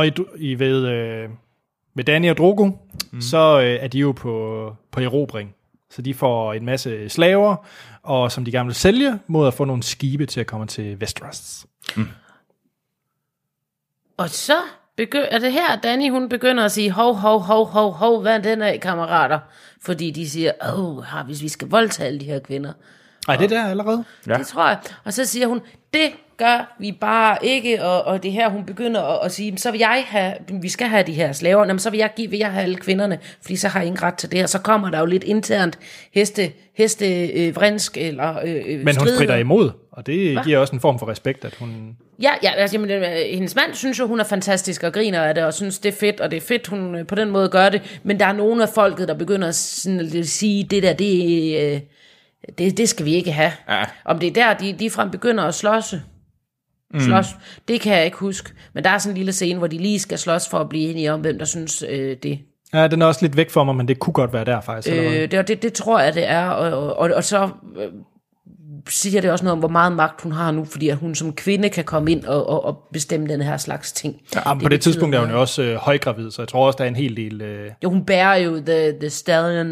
med Dany og Drogo, så er de jo på erobring. Så de får en masse slaver, og som de gerne vil sælge, mod at få nogle skibe til at komme til Westeros. Og så er det her, Dany hun begynder at sige, hov, hvad er den af, kammerater? Fordi de siger, hvis vi skal voldtage alle de her kvinder. Ej, det er der allerede? Ja. Det tror jeg. Og så siger hun, det gør vi bare ikke, og det her, hun begynder at sige, så vil vi skal have de her slaver, jamen, så vil jeg have alle kvinderne, fordi så har jeg ingen ret til det, og så kommer der jo lidt internt vrinsk eller men hun strider imod, og det giver også en form for respekt, at hun... Ja, altså, hendes mand synes jo, hun er fantastisk og griner af det, og synes, det er fedt, og det er fedt, hun på den måde gør det, men der er nogle af folket, der begynder at sige, det der, det skal vi ikke have. Ja. Om det er der, de frem begynder at slås, det kan jeg ikke huske. Men der er sådan en lille scene, hvor de lige skal slås for at blive enige om, hvem der synes det. Ja, den er også lidt væk for mig, men det kunne godt være der faktisk. Det tror jeg, det er. Og så siger det også noget om, hvor meget magt hun har nu, fordi at hun som kvinde kan komme ind og bestemme den her slags ting. Ja, på det tidspunkt er hun jo også højgravid, så jeg tror også, der er en hel del... Jo, hun bærer jo The Stallion...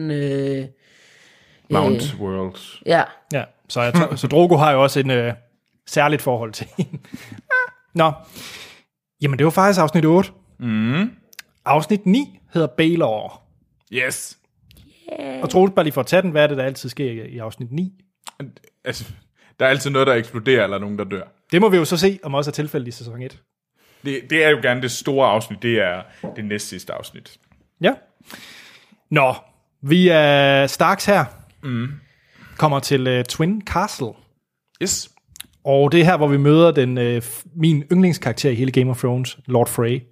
Mount World. Ja. Ja, så Drogo har jo også en særligt forhold til hende. Nå, jamen det var faktisk afsnit 8. Afsnit 9 hedder Baelor. Yes. Og Troels, bare lige for at tage den, hvad er det, der altid sker i afsnit 9? Altså, der er altid noget, der eksploderer, eller nogen, der dør. Det må vi jo så se, om også er tilfældet i sæson 1. Det er jo gerne det store afsnit, det er det næst sidste afsnit. Ja. Nå, vi er Starks her. Kommer til Twin Castle. Yes. Og det er her, hvor vi møder min yndlingskarakter i hele Game of Thrones, Lord Frey.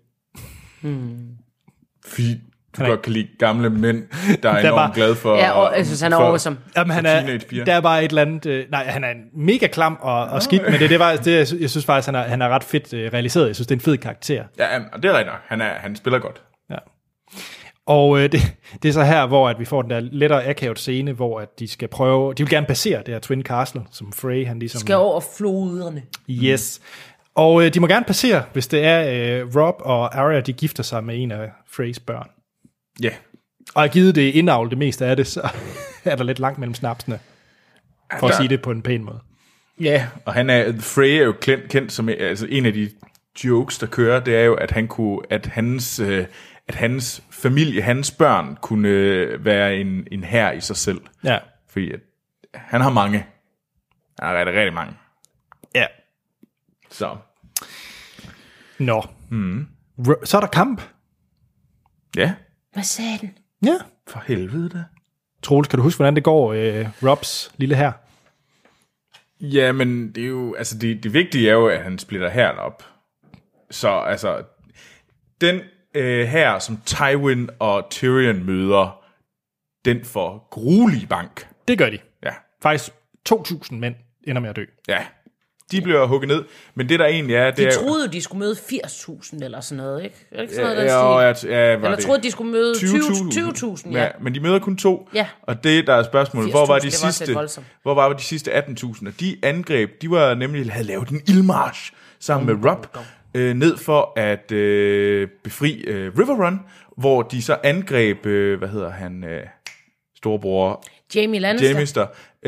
Fordi du godt kan lide gamle mænd, der er enormt glad for... Ja, og jeg synes, han er awesome. Jamen, der er bare et eller andet... han er en mega klam og skidt, men det jeg synes faktisk, han er ret fedt realiseret. Jeg synes, det er en fed karakter. Ja, det er rigtigt nok. Han spiller godt. Ja. Og det er så her, hvor at vi får den der lettere akavet scene, hvor at de skal prøve... De vil gerne passere det her Twin Castle, som Frey, han ligesom... Skal over floderne. Yes. Og de må gerne passere, hvis det er Rob og Arya, de gifter sig med en af Freys børn. Ja. Yeah. Og jeg givet det indavl det meste af det, så er der lidt langt mellem snapsene, for at sige det på en pæn måde. Ja, og Frey er jo kendt som altså en af de jokes, der kører, det er jo, at hans familie, hans børn, kunne være en hær i sig selv. Ja. Fordi han har mange. Han har rigtig mange. Ja. Så. Nå. Så er der kamp. Ja. Hvad sagde den? Ja. For helvede da. Troels, kan du huske, hvordan det går, Robs lille her? Ja, men det er jo, altså det vigtige er jo, at han splitter hæren op. Så altså, den her, som Tywin og Tyrion møder, den får gruelig bank. Det gør de. Ja. Faktisk 2.000 mænd ender med at dø. Ja. De bliver hugget ned, men det der egentlig er... De troede jo, de skulle møde 80.000 eller sådan noget, ikke? Er det ikke sådan noget, eller troede, de skulle møde 20.000, ja. Men de møder kun 2, ja. Og det, der er spørgsmålet, hvor var de sidste 18.000? De angreb, de var nemlig havde lavet en ildmarch sammen med Rob, ned for at befri River Run, hvor de så angreb, storebror... Jamie Lannister.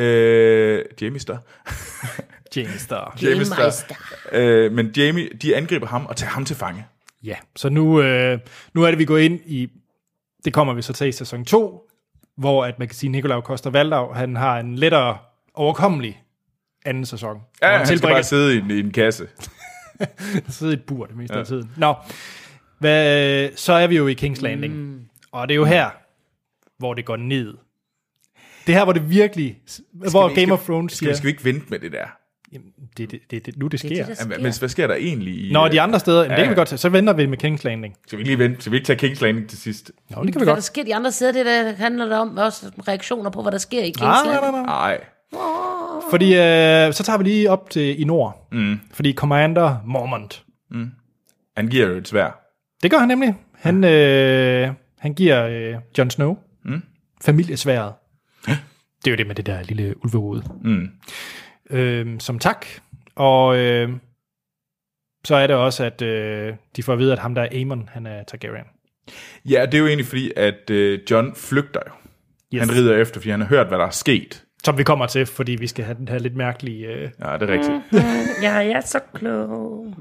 Jamie. Men Jamie, de angriber ham og tager ham til fange. Ja, så nu er det, vi går ind i, det kommer vi så til i sæson 2, hvor at man kan sige, Nikolaj Coster-Waldau, han har en lettere overkommelig anden sæson. Ja, han skal bare sidde i en kasse. Sidde i et bur det meste af tiden. Nå, så er vi jo i King's Landing, og det er jo her, hvor det går ned. Det her, hvor det virkelig... hvor Game of Thrones siger... Skal vi ikke vente med det der? Jamen, det nu det sker. Men hvad sker der egentlig? Nå, de andre steder... Jamen, det kan vi godt tage. Så venter vi med King's Landing. Skal vi lige vente? Skal vi ikke tage King's Landing til sidst? Nå, det kan vi hvad godt. Der sker de andre steder, det der handler om også reaktioner på, hvad der sker i King's Landing. Nej. Fordi så tager vi lige op til i nord. Fordi Commander Mormont. Han giver jo et sværd. Det gør han nemlig. Han giver Jon Snow familiesværet. Det er jo det med det der lille ulvehoved. Som tak. Og så er det også, at de får at vide, at ham der er Aemon, han er Targaryen. Ja, det er jo egentlig fordi, at Jon flygter jo. Yes. Han rider efter, fordi han har hørt, hvad der er sket. Som vi kommer til, fordi vi skal have lidt mærkelige... Ja, det er rigtigt. Jeg er så klog.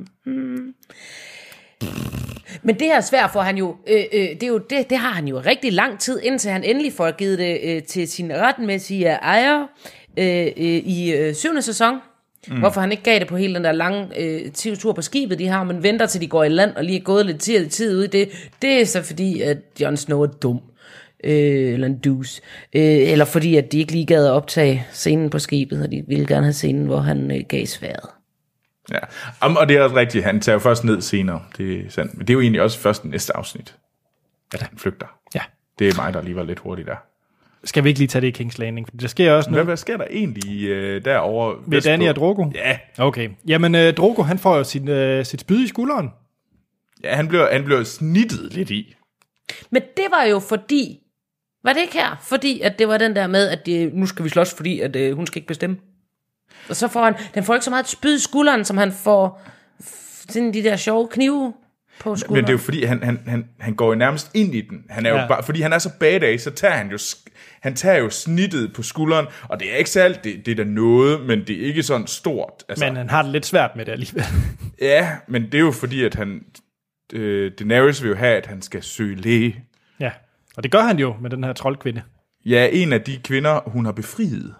Men det her sværd får han jo, det har han jo rigtig lang tid, indtil han endelig får givet det til sin retmæssige ejer i 7. sæson. Hvorfor han ikke gav det på hele den der lange tur på skibet, de har, men venter til de går i land og lige er gået lidt tid ud i det. Det er så fordi, at Jon Snow er dum. Eller en dus. Eller fordi, at de ikke lige gad at optage scenen på skibet, og de ville gerne have scenen, hvor han gav sværdet. Ja, og det er også rigtigt. Han tager jo først ned senere. Det er sandt. Men det er jo egentlig også først næste afsnit, at han flygter. Ja. Det er mig, der lige var lidt hurtigt der. Skal vi ikke lige tage det i King's Landing? For der sker også noget. Hvad sker der egentlig derovre? Ved Dany og Drogo? Ja. Okay. Jamen, Drogo, han får jo sit spyd i skulderen. Ja, han bliver snittet lidt i. Men det var jo fordi... Var det ikke her? Fordi at det var den der med, at nu skal vi slås, fordi at hun skal ikke bestemme. Og så får den får ikke så meget spyd i skulderen, som han får sådan de der sjove knive på skulderen. Men det er jo fordi, han går jo nærmest ind i den. Han er jo bare, fordi han er så badass, så tager han tager jo snittet på skulderen, og det er ikke særligt, det er da noget, men det er ikke sådan stort. Altså, Men han har det lidt svært med det alligevel. Ja, men det er jo fordi, at Daenerys vil jo have, at han skal søge læge. Ja, og det gør han jo med den her troldkvinde. Ja, en af de kvinder, hun har befriet,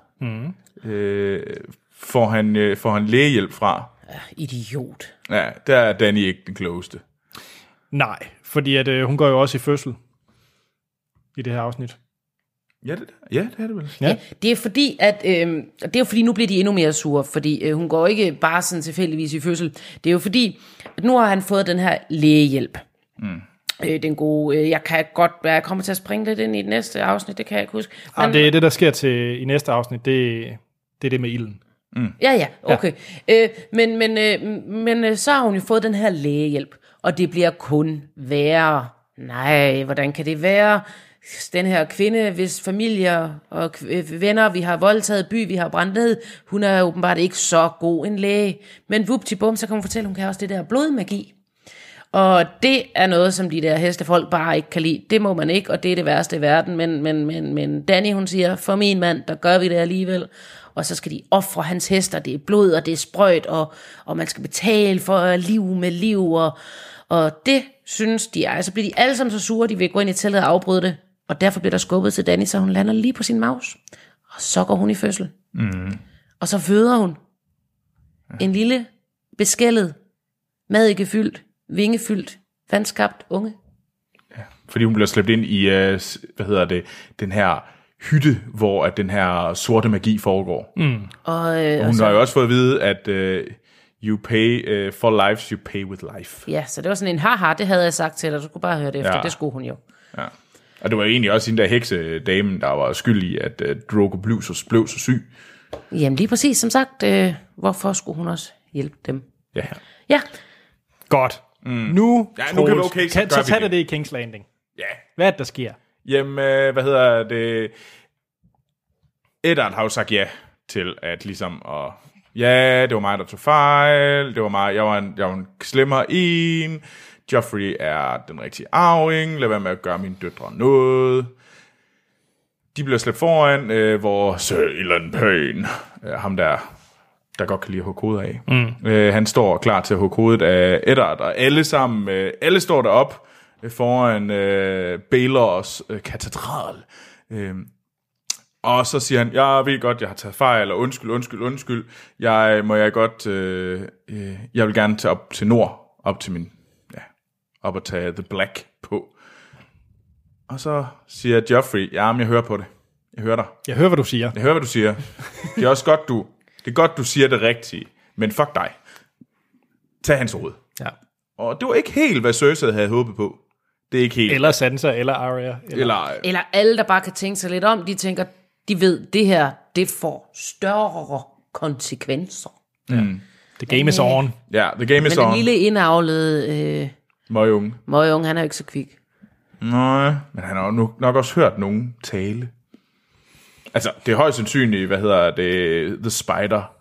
får han lægehjælp fra. Idiot. Ja, der er Dany ikke den klogeste. Nej, fordi at, hun går jo også i fødsel i det her afsnit. Ja, det er det vel. Ja, det er fordi, at det er jo fordi, nu bliver de endnu mere sure, fordi hun går ikke bare sådan tilfældigvis i fødsel. Det er jo fordi, at nu har han fået den her lægehjælp. Den gode, jeg kommer til at springe lidt ind i det næste afsnit, det kan jeg ikke huske. Men, Det er det, der sker i næste afsnit, det er det med ilden. Ja, okay. Ja. Men så har hun jo fået den her lægehjælp, og det bliver kun værre. Nej, hvordan kan det være? Den her kvinde, hvis familier og venner, vi har voldtaget by, vi har brændt ned, hun er åbenbart ikke så god en læge. Men vuptibum, så kan hun fortælle, hun kan også det der blodmagi. Og det er noget, som de der hestefolk bare ikke kan lide. Det må man ikke, og det er det værste i verden. Men Dany, hun siger, for min mand, der gør vi det alligevel. Og så skal de ofre hans hester, det er blod, og det er sprøjt, og man skal betale for liv med liv. Og det synes de er. Så bliver de alle sammen så sure, de vil gå ind i teltet og afbryde det. Og derfor bliver der skubbet til Dany, så hun lander lige på sin maus. Og så går hun i fødsel. Og så føder hun en lille, beskældet, madikefyldt, vingefyldt, vandskabt unge. Ja, fordi hun bliver slæbt ind i, den her hytte, hvor at den her sorte magi foregår. Og hun har jo også fået at vide, at you pay for lives, you pay with life. Ja, så det var sådan en haha, det havde jeg sagt til dig, du skulle bare høre det efter, det skulle hun jo. Ja. Og det var egentlig også hende der heksedamen, der var skyld i, at Drogo blev så syg. Jamen lige præcis, som sagt, hvorfor skulle hun også hjælpe dem? Ja. Godt. Nu kan vi så tager det i King's Landing. Ja. Hvad er det, der sker? Jamen, Eddard har jo sagt ja til at ligesom det var mig, der tog fejl, det var mig, jeg var en slemmer en, Joffrey er den rigtige arving, lad være med at gøre mine døtre noget. De bliver slæbt foran, hvor Sir Illan Payne, ham der godt kan lide at hugge hovedet af. Han står klar til at hugge hovedet af Eddard, og alle står derop foran Baelors katedral. Og så siger han, jeg ved godt, jeg har taget fejl, og undskyld. Jeg vil gerne tage op til nord, op og tage The Black på. Og så siger Joffrey, jeg hører på det. Jeg hører dig. Jeg hører, hvad du siger. Jeg hører, hvad du siger. Det er også godt, det er godt, du siger det rigtige. Men fuck dig. Tag hans råd. Ja. Og det var ikke helt, hvad Cersei havde håbet på. Det er ikke helt. Eller Sansa, eller Arya. Eller alle, der bare kan tænke sig lidt om, de tænker, de ved, det her, det får større konsekvenser. Ja. The game is on. Ja, the game is on. Men den lille indavlede møgeunge, han er jo ikke så kvik. Nej, men han har jo nok også hørt nogen tale. Altså, det er højst sandsynligt, The Spider,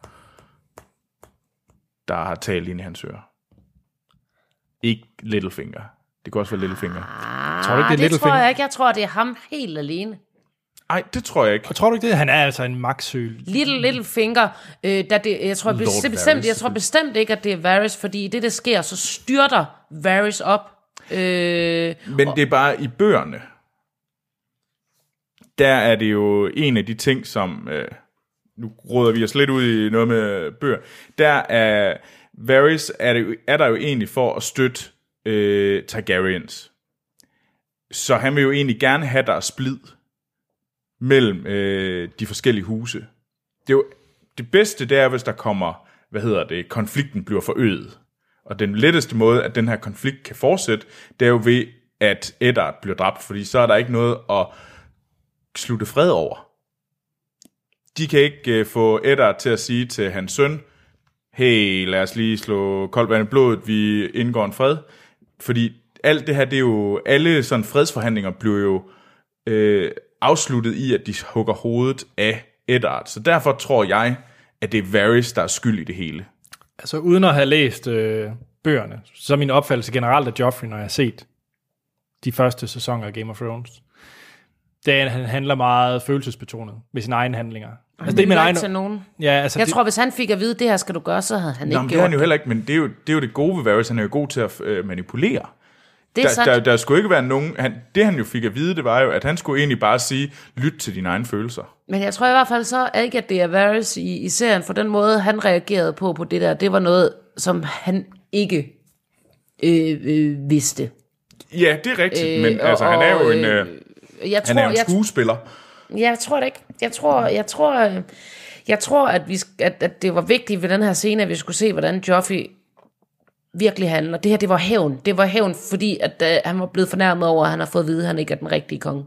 der har talt ind i hans ører. Ikke Littlefinger. Det kan også være Littlefinger. Tror du ikke, det er Littlefinger? Det tror jeg ikke. Jeg tror, det er ham helt alene. Nej, det tror jeg ikke. Og tror du ikke det? Han er altså en magtsøl. Littlefinger. Jeg tror bestemt ikke, at det er Varys, fordi det, der sker, så styrter Varys op. Men det er bare i bøgerne. Der er det jo en af de ting, som... nu råder vi os lidt ud i noget med bøger. Der er... Varys er der jo egentlig for at støtte Targaryens. Så han vil jo egentlig gerne have der splid mellem de forskellige huse. Det er jo det bedste, det er, hvis der kommer, konflikten bliver forøget. Og den letteste måde, at den her konflikt kan fortsætte, det er jo ved, at Eddard bliver dræbt, fordi så er der ikke noget at slutte fred over. De kan ikke få Eddard til at sige til hans søn, hey, lad os lige slå koldt vand i blodet, vi indgår en fred. Fordi alt det her, det er jo, alle sådan fredsforhandlinger bliver jo afsluttet i, at de hugger hovedet af Eddard. Så derfor tror jeg, at det er Varys, der er skyld i det hele. Altså uden at have læst bøgerne, så er min opfattelse generelt af Joffrey, når jeg har set de første sæsoner af Game of Thrones, det er, at han handler meget følelsesbetonet med sine egne handlinger. Altså, det er min egen... til nogen. Ja, altså jeg tror, hvis han fik at vide, det her skal du gøre, så havde han ikke gjort det. Han jo heller ikke, men det er jo det gode ved Varys, han er jo god til at manipulere. Der skulle ikke være nogen... Det han jo fik at vide, det var jo, at han skulle egentlig bare sige, lyt til dine egne følelser. Men jeg tror i hvert fald så ikke, at det er Varys i serien, for den måde, han reagerede på det der, det var noget, som han ikke vidste. Ja, det er rigtigt, men altså, han er jo han er jo en skuespiller. Jeg tror det ikke. Jeg tror, at det var vigtigt ved den her scene, at vi skulle se, hvordan Joffrey virkelig handler. Det her, det var hævn. Det var hævn, fordi at han var blevet fornærmet over, at han har fået at vide, at han ikke er den rigtige konge.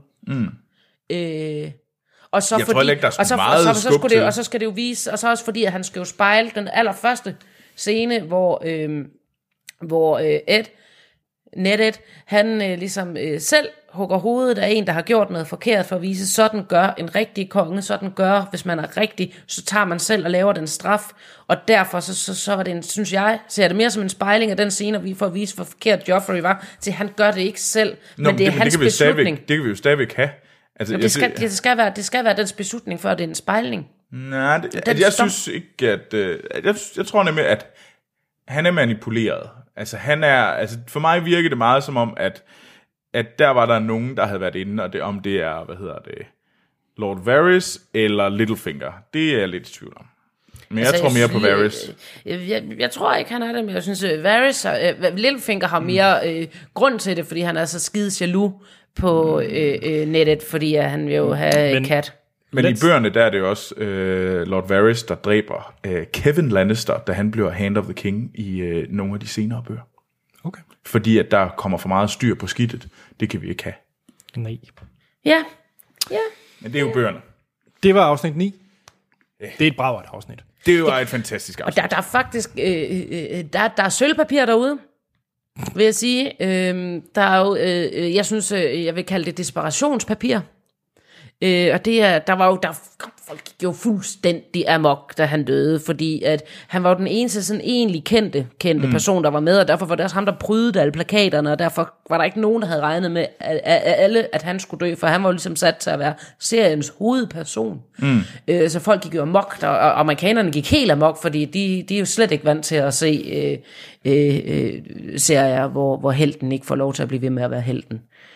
Og så jeg fordi, tror ikke, der er meget skub til. Og så skal det jo vise, og så også fordi, at han skal jo spejle den allerførste scene, hvor Ned, han ligesom selv hugger hovedet af en, der har gjort noget forkert for at vise, sådan gør en rigtig konge, sådan gør, hvis man er rigtig, så tager man selv og laver den straf, og derfor så var det en, synes jeg, ser det mere som en spejling af den scene, vi får at vise, hvor forkert Joffrey var, til han gør det ikke selv, men det er hans beslutning. Det kan vi jo stadigvæk have. Altså, det skal være dens beslutning, før det er en spejling. Nej, jeg synes ikke, at... Jeg tror nemlig, at han er manipuleret. Altså, for mig virker det meget som om, at der var der nogen, der havde været inde, og om det er, Lord Varys eller Littlefinger. Det er jeg lidt i tvivl om. Men jeg tror mere på Varys. Jeg tror ikke, han er det, men jeg synes, Varys, Littlefinger har mere grund til det, fordi han er så skide jaloux på nettet, fordi han vil jo have en kat. Men i bøgerne, der er det jo også Lord Varys, der dræber Kevin Lannister, da han bliver Hand of the King i nogle af de senere bøger. Okay. Fordi at der kommer for meget styr på skidtet. Det kan vi ikke have. Nej. Ja. Men det er jo bøgerne. Det var afsnit 9. Det er et bragert afsnit. Det var et fantastisk afsnit. Og der er faktisk der er sølvpapir derude, vil jeg sige. Der er jo, jeg synes, jeg vil kalde det desperationspapir. Og der var jo, folk gik jo fuldstændig amok, da han døde, fordi at han var jo den eneste sådan egentlig kendte person, der var med, og derfor var det også ham, der prydede alle plakaterne, og derfor var der ikke nogen, der havde regnet med at han skulle dø, for han var jo ligesom sat til at være seriens hovedperson. Så folk gik jo amok, og amerikanerne gik helt amok, fordi de er jo slet ikke vant til at se serier, hvor helten ikke får lov til at blive ved med at være helten.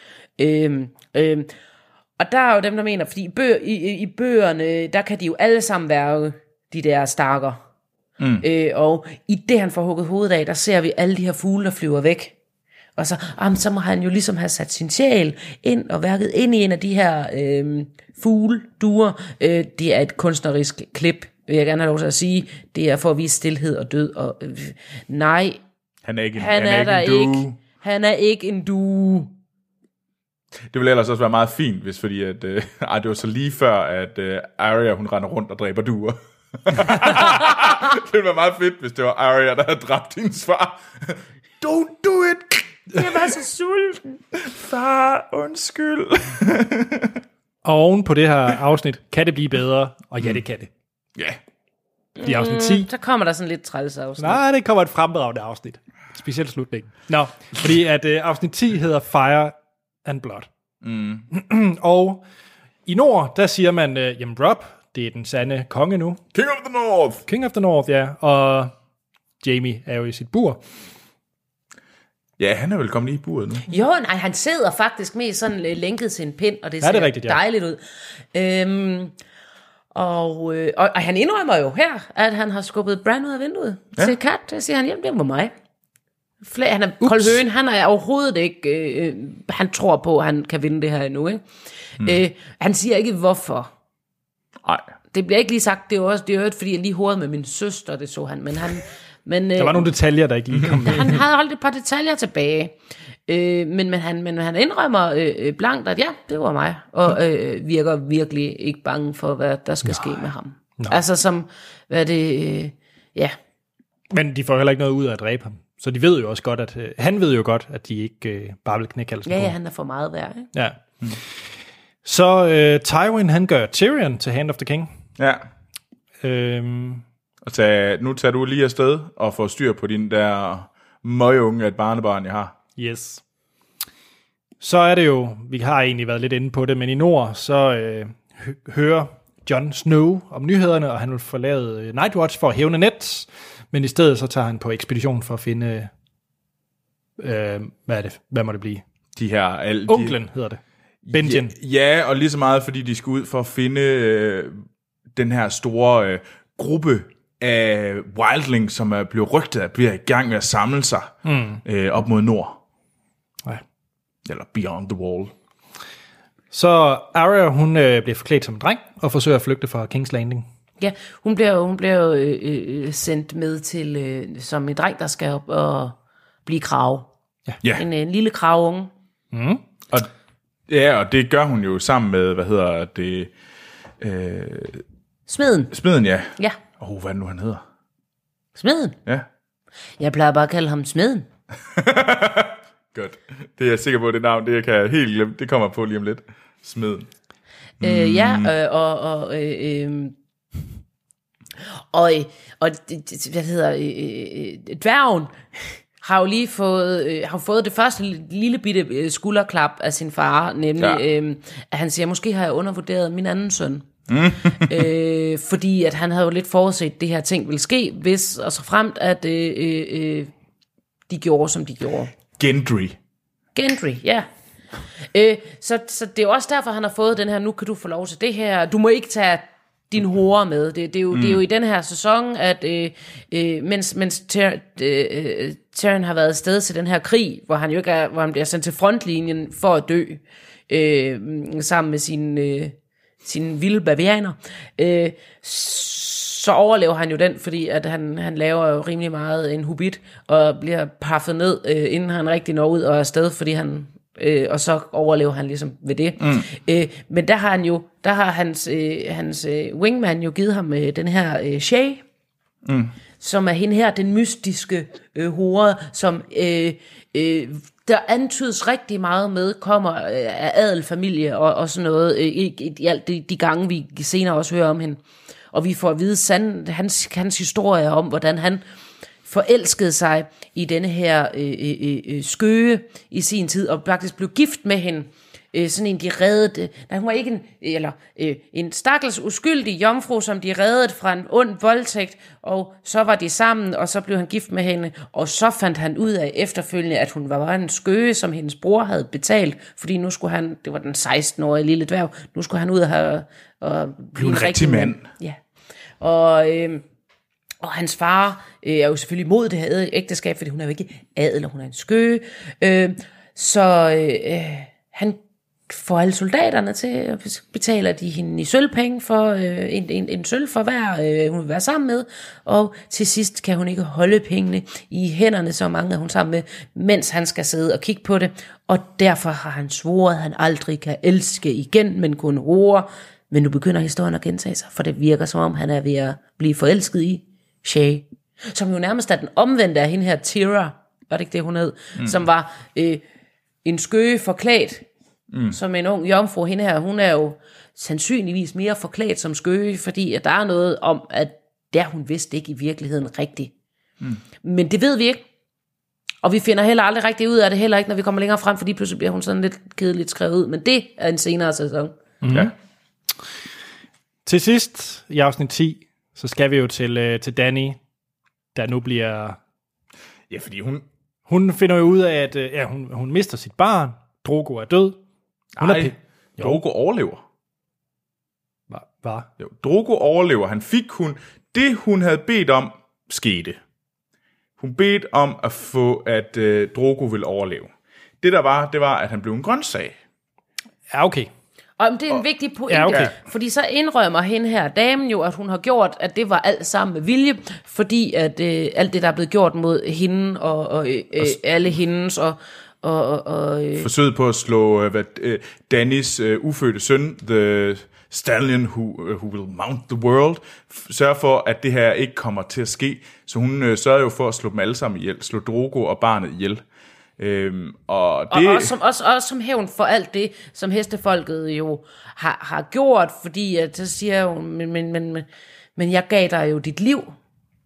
Og der er jo dem, der mener, fordi i bøgerne, der kan de jo alle sammen være de der stakker. Og i det, han får hugget hovedet af, der ser vi alle de her fugle, der flyver væk. Og så må han jo ligesom have sat sin sjæl ind og værket ind i en af de her fugle-duer. Det er et kunstnerisk klip, vil jeg gerne have lov til at sige. Det er for at vise stilhed og død. Og, nej, han er ikke Han er ikke en due. Det ville ellers også være meget fint, hvis fordi at det var så lige før, at Arya, hun render rundt og dræber duer. Det ville være meget fedt, hvis det var Arya, der havde dræbt hendes far. Don't do it! Jeg var så sulten. Far, undskyld. Og oven på det her afsnit, kan det blive bedre? Og ja, det kan det. Ja. I afsnit 10. Så kommer der sådan lidt træls afsnit. Nej, det kommer et fremragende afsnit. Specielt slutningen. Fordi at afsnit 10 hedder Fire and Blood. Og i nord, der siger man, jamen Robb, det er den sande konge nu. King of the North. King of the North, ja. Og Jaime er jo i sit bur. Ja, han er vel kommet i buret nu. Jo, nej, han sidder faktisk med sådan lænket til en pind, og det ser rigtigt, dejligt ud. Og han indrømmer jo her, at han har skubbet Bran ud af vinduet til Kat. Der siger han, jamen det var mig. Han er koldhøen, han er overhovedet ikke, han tror på, at han kan vinde det her endnu, ikke? Han siger ikke, hvorfor. Nej. Det bliver ikke lige sagt, det er jo fordi jeg lige hovedede med min søster, det så han, men der var nogle detaljer, der ikke lige kom med. Han havde holdt et par detaljer tilbage, men han indrømmer blankt, at ja, det var mig, og virker virkelig ikke bange for, hvad der skal ske med ham. Altså som, ja. Men de får heller ikke noget ud af at dræbe ham. Så de ved jo også godt, at han ved jo godt, at de ikke bare vil knække halsen på. Ja, han er for meget værd, ikke? Ja. Så Tywin, han gør Tyrion til Hand of the King. Ja. Og nu tager du lige afsted og får styr på din der møgeunge af et barnebarn, jeg har. Yes. Så er det jo, vi har egentlig været lidt inde på det, men i nord, så hører Jon Snow om nyhederne, og han vil få lavet Nightwatch for at hævne Ned, men i stedet så tager han på ekspedition for at finde, hvad må det blive? De her... Onklen hedder det. Benjen. Ja, og lige så meget, fordi de skal ud for at finde den her store gruppe af wildlings, som er blevet rygtet at bliver i gang med at samle sig op mod nord. Ja. Eller Beyond the Wall. Så Arya, hun bliver forklædt som en dreng, og forsøger at flygte fra King's Landing. Ja, hun bliver sendt med til, som en dreng, der skal op og blive krave. Ja. En lille kraveunge. Mm. Og det gør hun jo sammen med, Smeden. Smeden, ja. Ja. Hvad er det nu, han hedder? Smeden? Ja. Jeg plejer bare at kalde ham Smeden. Godt. Det er jeg sikker på, det navn, det kan jeg helt glemme. Det kommer på lige om lidt. Smeden. Dværgen har jo lige fået det første lille bitte skulderklap af sin far, nemlig at han siger, måske har jeg undervurderet min anden søn. Fordi at han havde jo lidt forudset, det her ting ville ske, hvis og så fremt, at de gjorde, som de gjorde. Gendry, ja. Så det er også derfor, han har fået den her, nu kan du få lov til det her, du må ikke tage din hore med. Det er jo i den her sæson, at mens Tyrion har været afsted til den her krig, hvor han bliver sendt til frontlinjen for at dø, sammen med sine vilde bavianer, så overlever han jo den, fordi at han laver jo rimelig meget en hobbit, og bliver paffet ned, inden han rigtig når ud og er afsted, fordi han... og så overlever han ligesom ved det. Men der har hans wingman jo givet ham den her Shay, som er hende her, den mystiske hore, som der antydes rigtig meget med, kommer af adelfamilie og sådan noget, i alt de gange, vi senere også hører om hende. Og vi får at vide hans historie om, hvordan han forelskede sig i denne her skøge i sin tid, og faktisk blev gift med hende. Sådan en, de reddede... Nej, hun var ikke en stakkels uskyldig jomfru, som de reddede fra en ond voldtægt, og så var de sammen, og så blev han gift med hende, og så fandt han ud af efterfølgende, at hun var bare en skøge, som hendes bror havde betalt, fordi nu skulle han... Det var den 16-årige lille dværg. Nu skulle han ud og blive en rigtig mand. Ja. Og hans far er jo selvfølgelig imod det her ægteskab, fordi hun er jo ikke adel, og hun er en skøge. Han får alle soldaterne til at betale de hende i sølvpenge for en sølv for hver, hun vil være sammen med. Og til sidst kan hun ikke holde pengene i hænderne, så mange er hun sammen med, mens han skal sidde og kigge på det. Og derfor har han svoret, at han aldrig kan elske igen, men kun hore. Men nu begynder historien at gentage sig, for det virker som om, han er ved at blive forelsket i Shay, som jo nærmest er den omvendte af hende her Tira, var det ikke det, hun hed, som var en skøge forklædt, som en ung jomfru. Hende her, hun er jo sandsynligvis mere forklædt som skøge, fordi at der er noget om, at der hun vidste ikke i virkeligheden rigtigt. Men det ved vi ikke, og vi finder heller aldrig rigtig ud af det, heller ikke, når vi kommer længere frem, fordi pludselig bliver hun sådan lidt kedeligt skrevet ud, men det er en senere sæson. Ja. Til sidst, i afsnit 10, så skal vi jo til Dany, der nu bliver... Ja, fordi hun finder jo ud af, at hun mister sit barn. Drogo er død. Drogo overlever. Hvad? Jo, Drogo overlever. Det hun havde bedt om, skete. Hun bedte om at få, at Drogo ville overleve. Det der var, det var, at han blev en grøntsag. Ja, okay. Og det er en vigtig pointe, okay. Fordi så indrømmer hende her damen jo, at hun har gjort, at det var alt sammen med vilje, fordi at alt det, der er blevet gjort mod hende og alle hendes og forsøget på at slå Dannys ufødte søn, the stallion who will mount the world, sørger for, at det her ikke kommer til at ske. Så hun sørger jo for at slå dem alle sammen ihjel, slå Drogo og barnet ihjel. Og som hævn for alt det, som hestefolket jo har gjort, fordi at så siger hun, men jeg gav dig jo dit liv,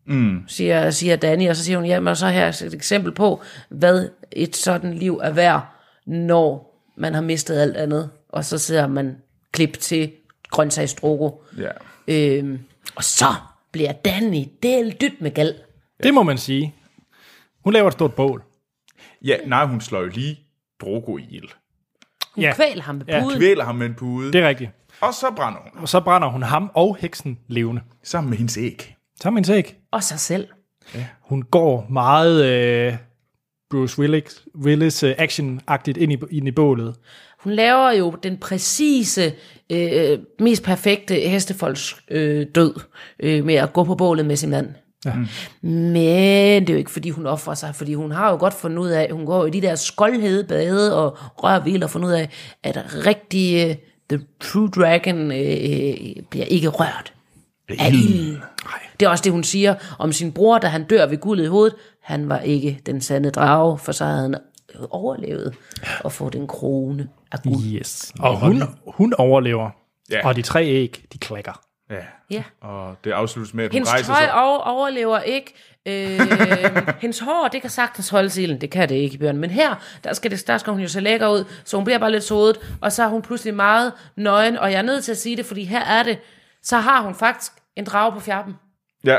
siger Danny, og så siger hun, jamen så her er et eksempel på, hvad et sådan liv er værd, når man har mistet alt andet, og så sidder man klip til grøntsagsdrogo. Ja. Og så bliver Danny delt dyt med gal. Det må man sige. Hun laver et stort bål. Ja, nej, hun slår jo lige Drogo ihjel. Hun kvæler ham med puden. Kvæler ham med en pude. Det er rigtigt. Og så brænder hun. Og så brænder hun ham og heksen levende. Sammen med hendes æg. Sammen med hendes æg. Og sig selv. Hun går meget Bruce Willis action-agtigt ind i bålet. Hun laver jo den præcise, mest perfekte hestefolks død med at gå på bålet med sin mand. Ja. Men det er jo ikke, fordi hun offrer sig, fordi hun har jo godt fundet ud af, hun går i de der skoldhede bade og rører vildt og fundet ud af, at rigtig The True Dragon bliver ikke rørt af ilden. Det er også det, hun siger om sin bror, da han dør ved guldet i hovedet. Han var ikke den sande drage, for så havde han overlevet og fået en krone af guld. Yes. Og hun overlever, og de 3 æg, de klakker. Ja. Og det afsluttes med, at hun hendes rejser tøj sig. overlever ikke. Hendes hår, det kan sagtens holde silden. Det kan det ikke i Bjørn. Men her, der skal hun jo se lækker ud, så hun bliver bare lidt sodet, og så er hun pludselig meget nøgen, og jeg er nødt til at sige det, fordi her er det, så har hun faktisk en drage på fjappen. Ja.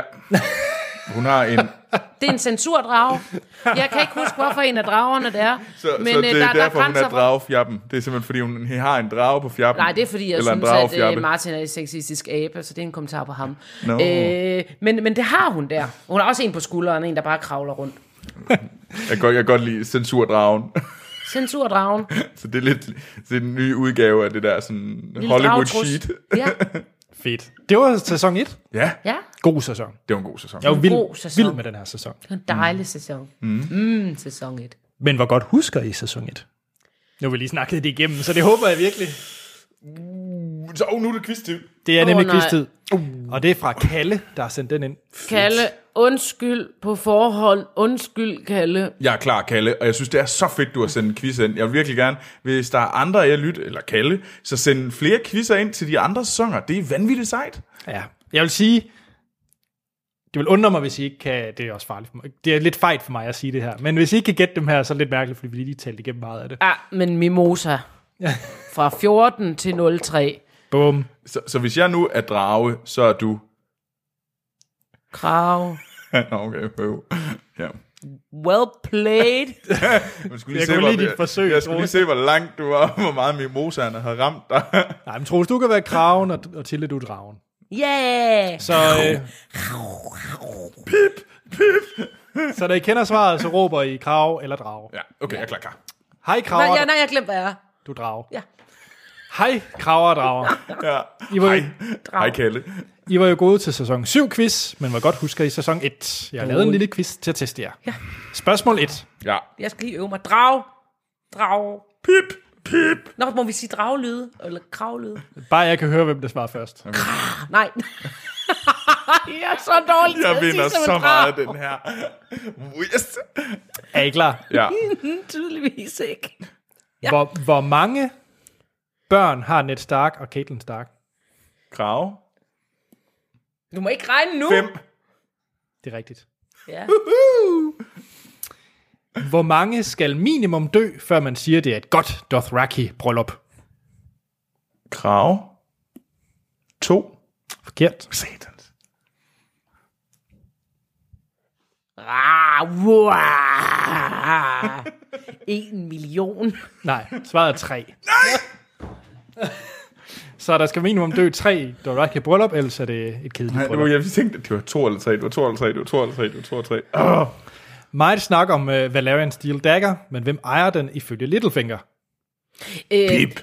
Hun har en... Det er en censurdrage. Jeg kan ikke huske, hvorfor en af dragerne det er. Så det er derfor, hun er dragefjappen. Det er simpelthen, fordi hun har en drage på fjappen. Nej, det er, fordi jeg synes, at Martin er en sexistisk abe, så det er en kommentar på ham. No. Men det har hun der. Hun har også en på skulderen, en, der bare kravler rundt. Jeg kan godt lide censurdragen. Censurdragen. Så det er lidt en ny udgave af det der sådan Hollywood sheet. Ja. Fedt. Det var sæson 1. Ja. God sæson. Det var en god sæson. Jeg var vild med den her sæson. Det var en dejlig sæson. Sæson 1. Men hvor godt husker I sæson 1? Nu har vi lige snakket det igennem, så det håber jeg virkelig. Så nu er det quiz-tid. Det er nemlig quiz-tid. Og det er fra Kalle, der har sendt den ind. Kalle, undskyld på forhånd. Undskyld, Kalle. Jeg er klar, Kalle, og jeg synes, det er så fedt, du har sendt en quiz ind. Jeg vil virkelig gerne, hvis der er andre, jeg lytter, eller Kalle, så send flere quizzer ind til de andre sæsoner. Det er vanvittigt sejt. Ja, jeg vil sige, det vil undre mig, hvis I ikke kan, det er også farligt for mig. Det er lidt fejt for mig at sige det her, men hvis I ikke kan gætte dem her, så er det lidt mærkeligt, fordi vi lige talte igennem meget af det. Ja, men Mimosa. Fra 14 til 03. Bum. Så hvis jeg nu er drage, så er du... Krav. Okay, ja. Well played. Jeg kunne lide dit forsøg. Jeg skulle lige se, hvor langt du var, hvor meget mimosaerne har ramt dig. Nej, men Troels, du kan være kraven, og Tilde, du er dragen. Yeah! Så, så da I kender svaret, så råber I krav eller drage. Ja, okay, jeg er klar. Hej, kraver. Nej, jeg glemte, hvad jeg er. Du er drage. Ja. Hej, kraver og drager. Ja. Hej, Kalle. I var jo gode til sæson 7 quiz, men hvor godt husker I sæson 1. Jeg har lavet en lille quiz til at teste jer. Ja. Spørgsmål 1. Ja. Jeg skal lige øve mig. Drag. Pip, pip. Nå, må vi sige draglyde? Eller kravlyde? Bare jeg kan høre, hvem der svarer først. Okay. Nej. Jeg er så dårlig til Jeg at sige vinder som så en meget af drag. den her. Yes. Er I klar? Ja. Tydeligvis ikke. Ja. Hvor mange børn har Ned Stark og Catelyn Stark? Krav. Du må ikke regne nu. 5. Det er rigtigt. Ja. Hvor mange skal minimum dø, før man siger, det er et godt Dothraki-bryllup? Krav. 2. Forkert. Satans. 1 million. Nej, svaret er 3. Nej! Så der skal minimum dø 3 Dothraki-bryllup, ellers er det et kedeligt bryllup. Jeg tænkte, at det var 2 eller 3. Det var 2 eller 3. Det var 2 eller 3. Det var 2 eller 3. Meget snak om Valerian Steel Dagger, men hvem ejer den ifølge Littlefinger? Pip.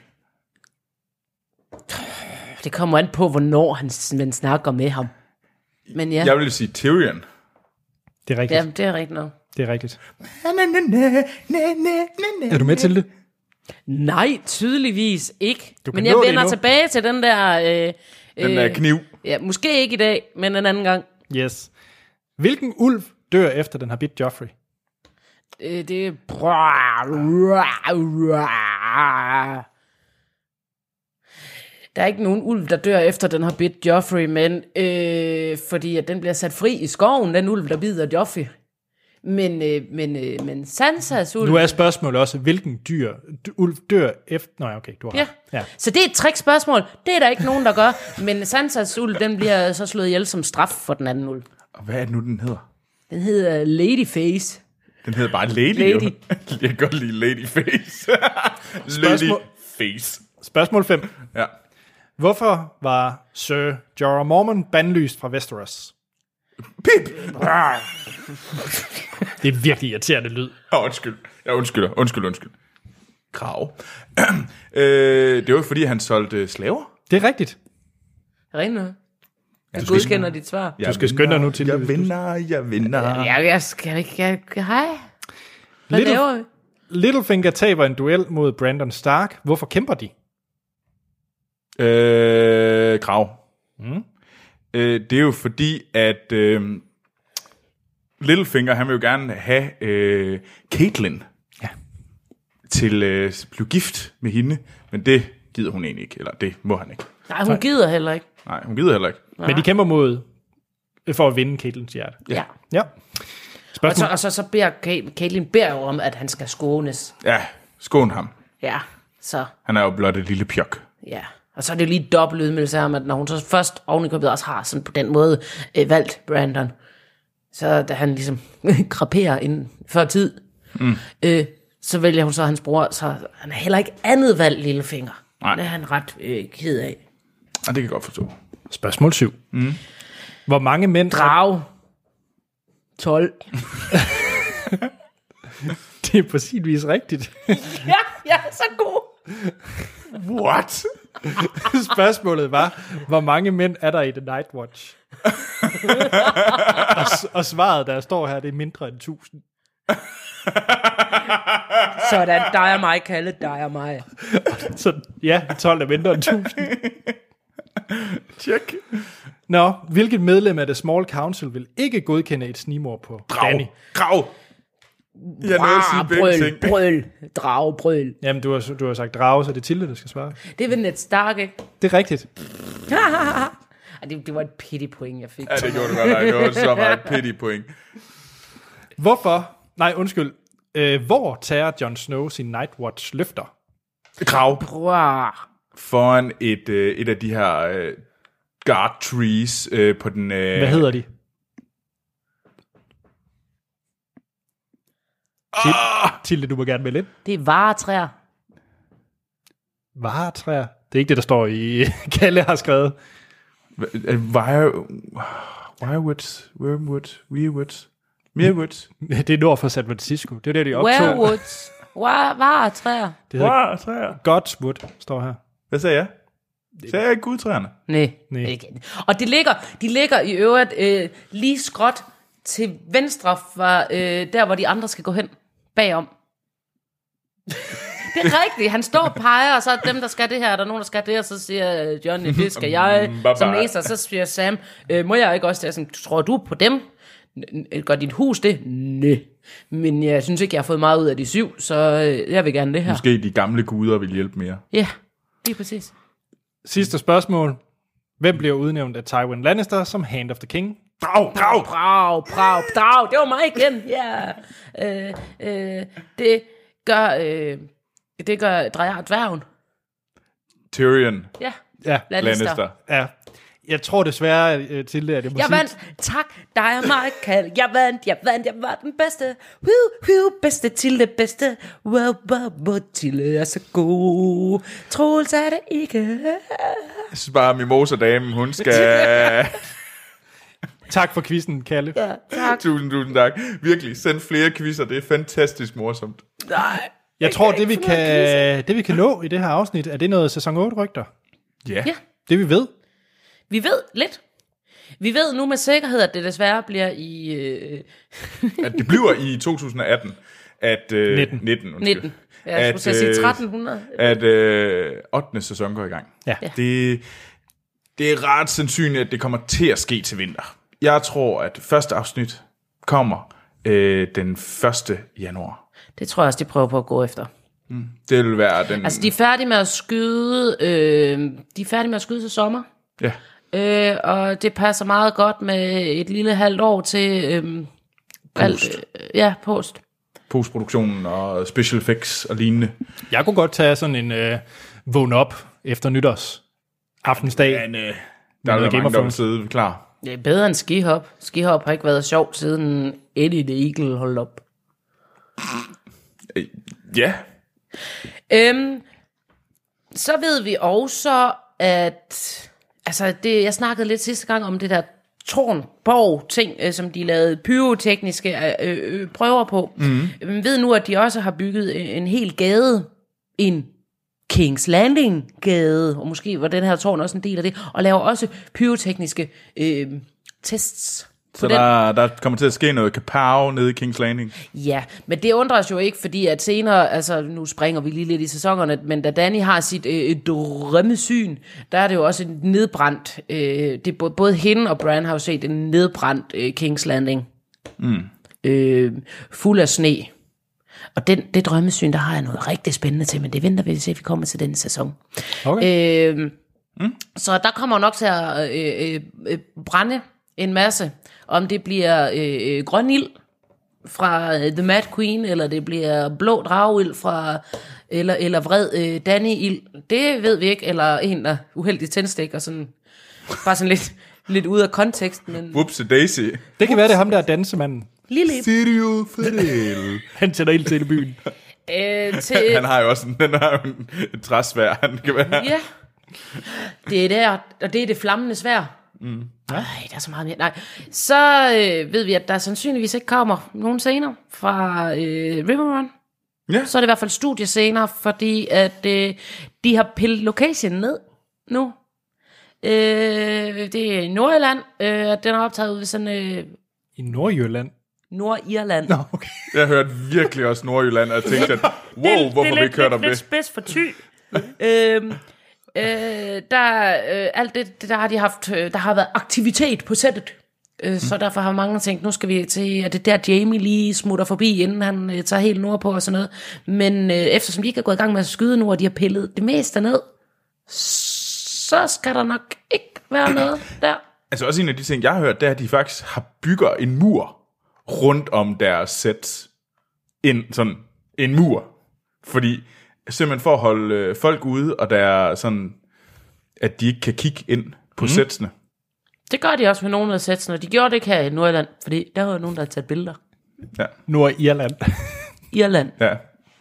Det kommer an på, hvornår man snakker med ham. Men ja. Jeg vil sige Tyrion. Det er rigtigt. Ja, det er rigtigt nok. Det er rigtigt. Er du med til det? Nej, tydeligvis ikke. Men nå jeg det vender endnu. tilbage til den der... Den der kniv. Ja, måske ikke i dag, men en anden gang. Yes. Hvilken ulv dør efter den har bidt Joffrey? Det er... Der er ikke nogen ulv, der dør efter, den har bidt Joffrey, men fordi at den bliver sat fri i skoven, den ulv, der bider Joffrey. Men Sansas ulv... Nu er spørgsmålet også, hvilken ulv dør efter... Nå, okay, du har ja. Så det er et trickspørgsmål. Det er der ikke nogen, der gør. Men Sansas ulv, den bliver så slået ihjel som straf for den anden ulv. Og hvad er det nu, den hedder? Den hedder Ladyface. Den hedder bare Lady. Jeg kan godt lide Ladyface. Ladyface. Spørgsmål 5. Ja. Hvorfor var Sir Jorah Mormont bandlyst fra Westeros? Pip! Det er virkelig irriterende lyd. Undskyld. Jeg undskylder. Krav. Det var fordi, han solgte slaver. Det er rigtigt. Rene. Jeg godkender dit svar. Du skal skynde dig nu til. Jeg vinder. Jeg skal ikke... Hej. Hvad laver vi? Littlefinger taber en duel mod Brandon Stark. Hvorfor kæmper de? Krav. Det er jo fordi, at Littlefinger, han vil jo gerne have Catelyn til at blive gift med hende, men det gider hun egentlig ikke, eller det må han ikke. Nej, hun gider heller ikke. Nej, hun gider heller ikke. Men de kæmper for at vinde Catelyns hjerte. Ja. Og så beder Catelyn jo om, at han skal skånes. Ja, skån ham. Ja, så... Han er jo blot et lille pjok. Ja, og så er det jo lige dobbelt ydmygelse af ham, at når hun så først ovenikøbet også har sådan på den måde valgt Brandon, så da han ligesom kraperer inden før tid, så vælger hun så hans bror, så han er heller ikke andet valgt Littlefinger. Nej. Det er han ret ked af. Ja, det kan jeg godt forstå. Spørgsmål 7. Hvor mange mænd... Drag. 12. Det er på sin vis rigtigt. Ja, så god. What? Spørgsmålet var, hvor mange mænd er der i The Night Watch? og svaret, der står her, det er mindre end 1000. Sådan, dig og mig, Kalle, dig og mig. Så ja, 12 er mindre end 1000. Tjek. Nå, hvilket medlem af The Small Council vil ikke godkende et snigmord på Dany? Grav. Jeg nåede at sige begge ting. Brøl. Dragbrøl. Jamen, du har sagt drage, så det er Tilde, der skal svare. Det er vel Ned Stark, ikke? Det er rigtigt. Det var et pity point, jeg fik. Ja, det gjorde det godt. Det var så meget pity point. Hvorfor? Nej, undskyld. Hvor tager Jon Snow sin Night Watch løfter? Grav. Foran et af de her guard trees på den... Hvad hedder de? Tilde, du må gerne melde ind. Det er varetræer. Varetræer? Det er ikke det, der står i Kalle har skrevet. Wirewoods, Wormwood, Weirwoods, Mirwoods. Det er nord for San Francisco. Det er der, de optog. Werewoods. Varetræer. Det hedder Godswood, står her. Hvad sagde jeg? Sagde jeg ikke gudtræerne? Nej. Og de ligger i øvrigt lige skråt til venstre fra der, hvor de andre skal gå hen. Bagom. Det er rigtigt. Han står og peger, og så er dem, der skal det her, der er nogen, der skal det, og så siger Johnny, det skal jeg. Som den eneste, og så siger Sam, må jeg ikke også det? Sådan, tror du på dem? Gør dit hus det? Nej. Men jeg synes ikke, jeg har fået meget ud af de 7, så jeg vil gerne det her. Måske de gamle guder vil hjælpe mere. Ja, det er præcis. Sidste spørgsmål. Hvem bliver udnævnt af Tywin Lannister som Hand of the King? Drag. Det var mig igen. Ja. Det gør Drejer Dværgen. Tyrion. Ja. Lannister. Ja. Jeg tror desværre til det, at jeg må Jeg sige... vandt. Tak, dig og mig, Kalle. Jeg vandt. Jeg var den bedste. Bedste til det bedste. Wow, til er så god. Troels er det ikke. Jeg synes bare, Mimosa-damen, hun skal... Tak for quizzen, Kalle. Ja, tak. Tusind tak. Virkelig, send flere quizzer. Det er fantastisk morsomt. Nej. Jeg tror, det vi kan nå i det her afsnit, er det noget sæson 8-rygter? Ja. Det vi ved. Vi ved lidt. Vi ved nu med sikkerhed, at det desværre bliver i... At det bliver i 2018. 19. Jeg skulle sige 1300. At 8. sæson går i gang. Ja. Det er ret sandsynligt, at det kommer til at ske til vinter. Jeg tror, at første afsnit kommer den 1. januar. Det tror jeg også, de prøver på at gå efter. Det vil være den... Altså, de er færdige med at skyde, til sommer. Ja. Og det passer meget godt med et lille halvt år til... Post. Post. Postproduktionen og special effects og lignende. Jeg kunne godt tage sådan en vågn op efter nytårs aftensdag. Men der er mange, der vil sidde klar. Det er bedre end skihop. Skihop har ikke været sjovt siden Eddie the Eagle holdt op. Ja. Så ved vi også, at... Altså, jeg snakkede lidt sidste gang om det der tårnborg-ting, som de lavede pyrotekniske prøver på. Vi ved nu, at de også har bygget en hel gade, en Kings Landing-gade, og måske var den her tårn også en del af det, og laver også pyrotekniske tests. Så der kommer til at ske noget kapow nede i Kings Landing. Ja, men det undrer os jo ikke, fordi at senere, altså nu springer vi lige lidt i sæsonerne, men da Danny har sit drømmesyn, der er det jo også en nedbrændt, det er både hende og Bran har jo set en nedbrændt Kings Landing. Fuld af sne. Og det drømmesyn, der har jeg noget rigtig spændende til, men det venter vi til, at vi kommer til denne sæson. Okay. Så der kommer nok til at brænde en masse. Om det bliver grøn ild fra The Mad Queen, eller det bliver blå drageild fra, eller vred Danny-ild, det ved vi ikke, eller en der uheldig tændstik, og sådan, bare sådan lidt ude af kontekst. Men... Whoopsie-daisy. Det kan være, det er ham der dansemanden. Lille. Sirio Fidel. Han tænder ild til hele byen. Han har jo også en træsvær, han kan være. Ja. Det er der, og det er det flammende svær. Nej, der er så meget mere. Nej. Så ved vi, at der sandsynligvis ikke kommer nogen scener fra Riverrun. Ja. Så er det i hvert fald studiescener, fordi at de har pillet location ned nu. Det er i Nordjylland. Den er optaget ud ved sådan... I Nordjylland? Nordirland. Nå, okay. Jeg hørte virkelig også Nordjylland, og jeg tænkte, at hvorfor vi ikke hørt om det? Det er lidt spids for Thy. Alt det, der har de haft, der har været aktivitet på sættet. Så derfor har mange tænkt, nu skal vi til, at det der Jamie lige smutter forbi, inden han tager helt nordpå og sådan noget. Men eftersom de ikke er gået i gang med at skyde nu, og de har pillet det meste ned, så skal der nok ikke være noget der. Altså også en af de ting, jeg har hørt, det er, at de faktisk har bygget en mur rundt om deres sæt. Sådan en mur. Fordi simpelthen for at holde folk ude, og der er sådan, at de ikke kan kigge ind på sætsene. Det gør de også med nogle af sætsene. De gjorde det ikke her i Nordjylland, fordi der var nogen, der havde taget billeder. Ja. Nordirland. Irland. Ja.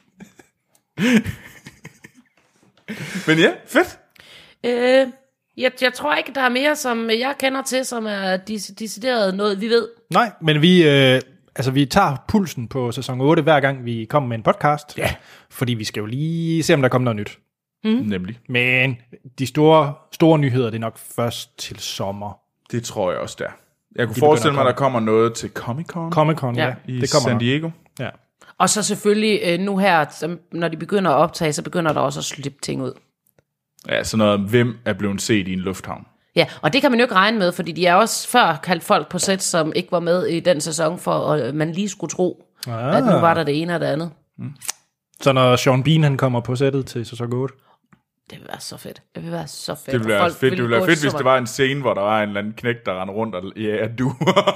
Men ja, fedt. Jeg tror ikke, der er mere, som jeg kender til, som er decideret noget, vi ved. Nej, men vi tager pulsen på sæson 8, hver gang vi kommer med en podcast. Ja. Fordi vi skal jo lige se, om der kommer noget nyt. Nemlig. Men de store nyheder, det er nok først til sommer. Det tror jeg også, der. Jeg kunne forestille mig, at der kommer noget til Comic-Con. Comic-Con, ja. I Det kommer San Diego. Ja. Og så selvfølgelig nu her, når de begynder at optage, så begynder der også at slippe ting ud. Ja, sådan noget, hvem er blevet set i en lufthavn. Ja, og det kan man jo ikke regne med, fordi de er også før kaldt folk på sæt, som ikke var med i den sæson, for at man lige skulle tro, at nu var der det ene og det andet. Så når Sean Bean han kommer på sættet til sæson 8? Det vil være så fedt. Det vil være så fedt. Det ville være fedt, det ville være fedt hvis det var en scene, hvor der var en eller anden knægt, der rendte rundt og du.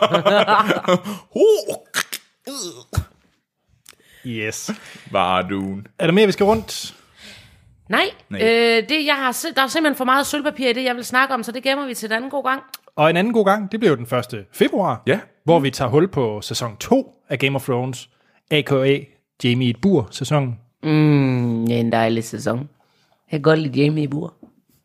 Yes. Var du. Er der mere, vi skal rundt? Nej. Der er simpelthen for meget sølvpapir i det, jeg vil snakke om, så det gemmer vi til en anden god gang. Og en anden god gang, det bliver jo den 1. februar, Ja. hvor vi tager hul på sæson 2 af Game of Thrones, a.k.a. Jamie i et bur-sæsonen. En dejlig sæson. Jeg kan godt lide Jamie i bur.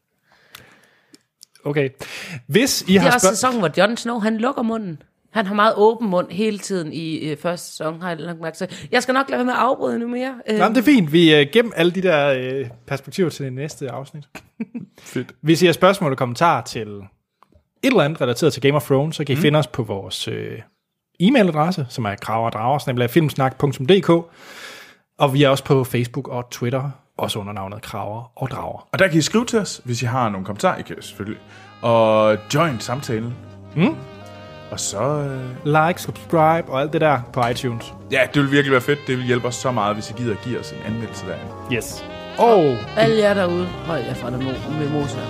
Okay. Hvis I Det har er også sæsonen, hvor Jon Snow, han lukker munden. Han har meget åben mund hele tiden i første sæson, har jeg lagt mærke til. Jeg skal nok lade være med at afbryde nu mere. Jamen, det er fint. Vi gemmer alle de der perspektiver til det næste afsnit. Fedt. Hvis I har spørgsmål og kommentarer til et eller andet relateret til Game of Thrones, så kan I finde os på vores e-mailadresse, som er kraverdrager@filmsnak.dk, og vi er også på Facebook og Twitter, også under navnet Kraver og Drager. Og der kan I skrive til os, hvis I har nogle kommentarer. I kan selvfølgelig. Og join samtalen. Og så... Like, subscribe og alt det der på iTunes. Ja, det vil virkelig være fedt. Det vil hjælpe os så meget, hvis I gider at give os en anmeldelse derinde. Yes. Og alle jer derude, hold jer fra det med Mozart.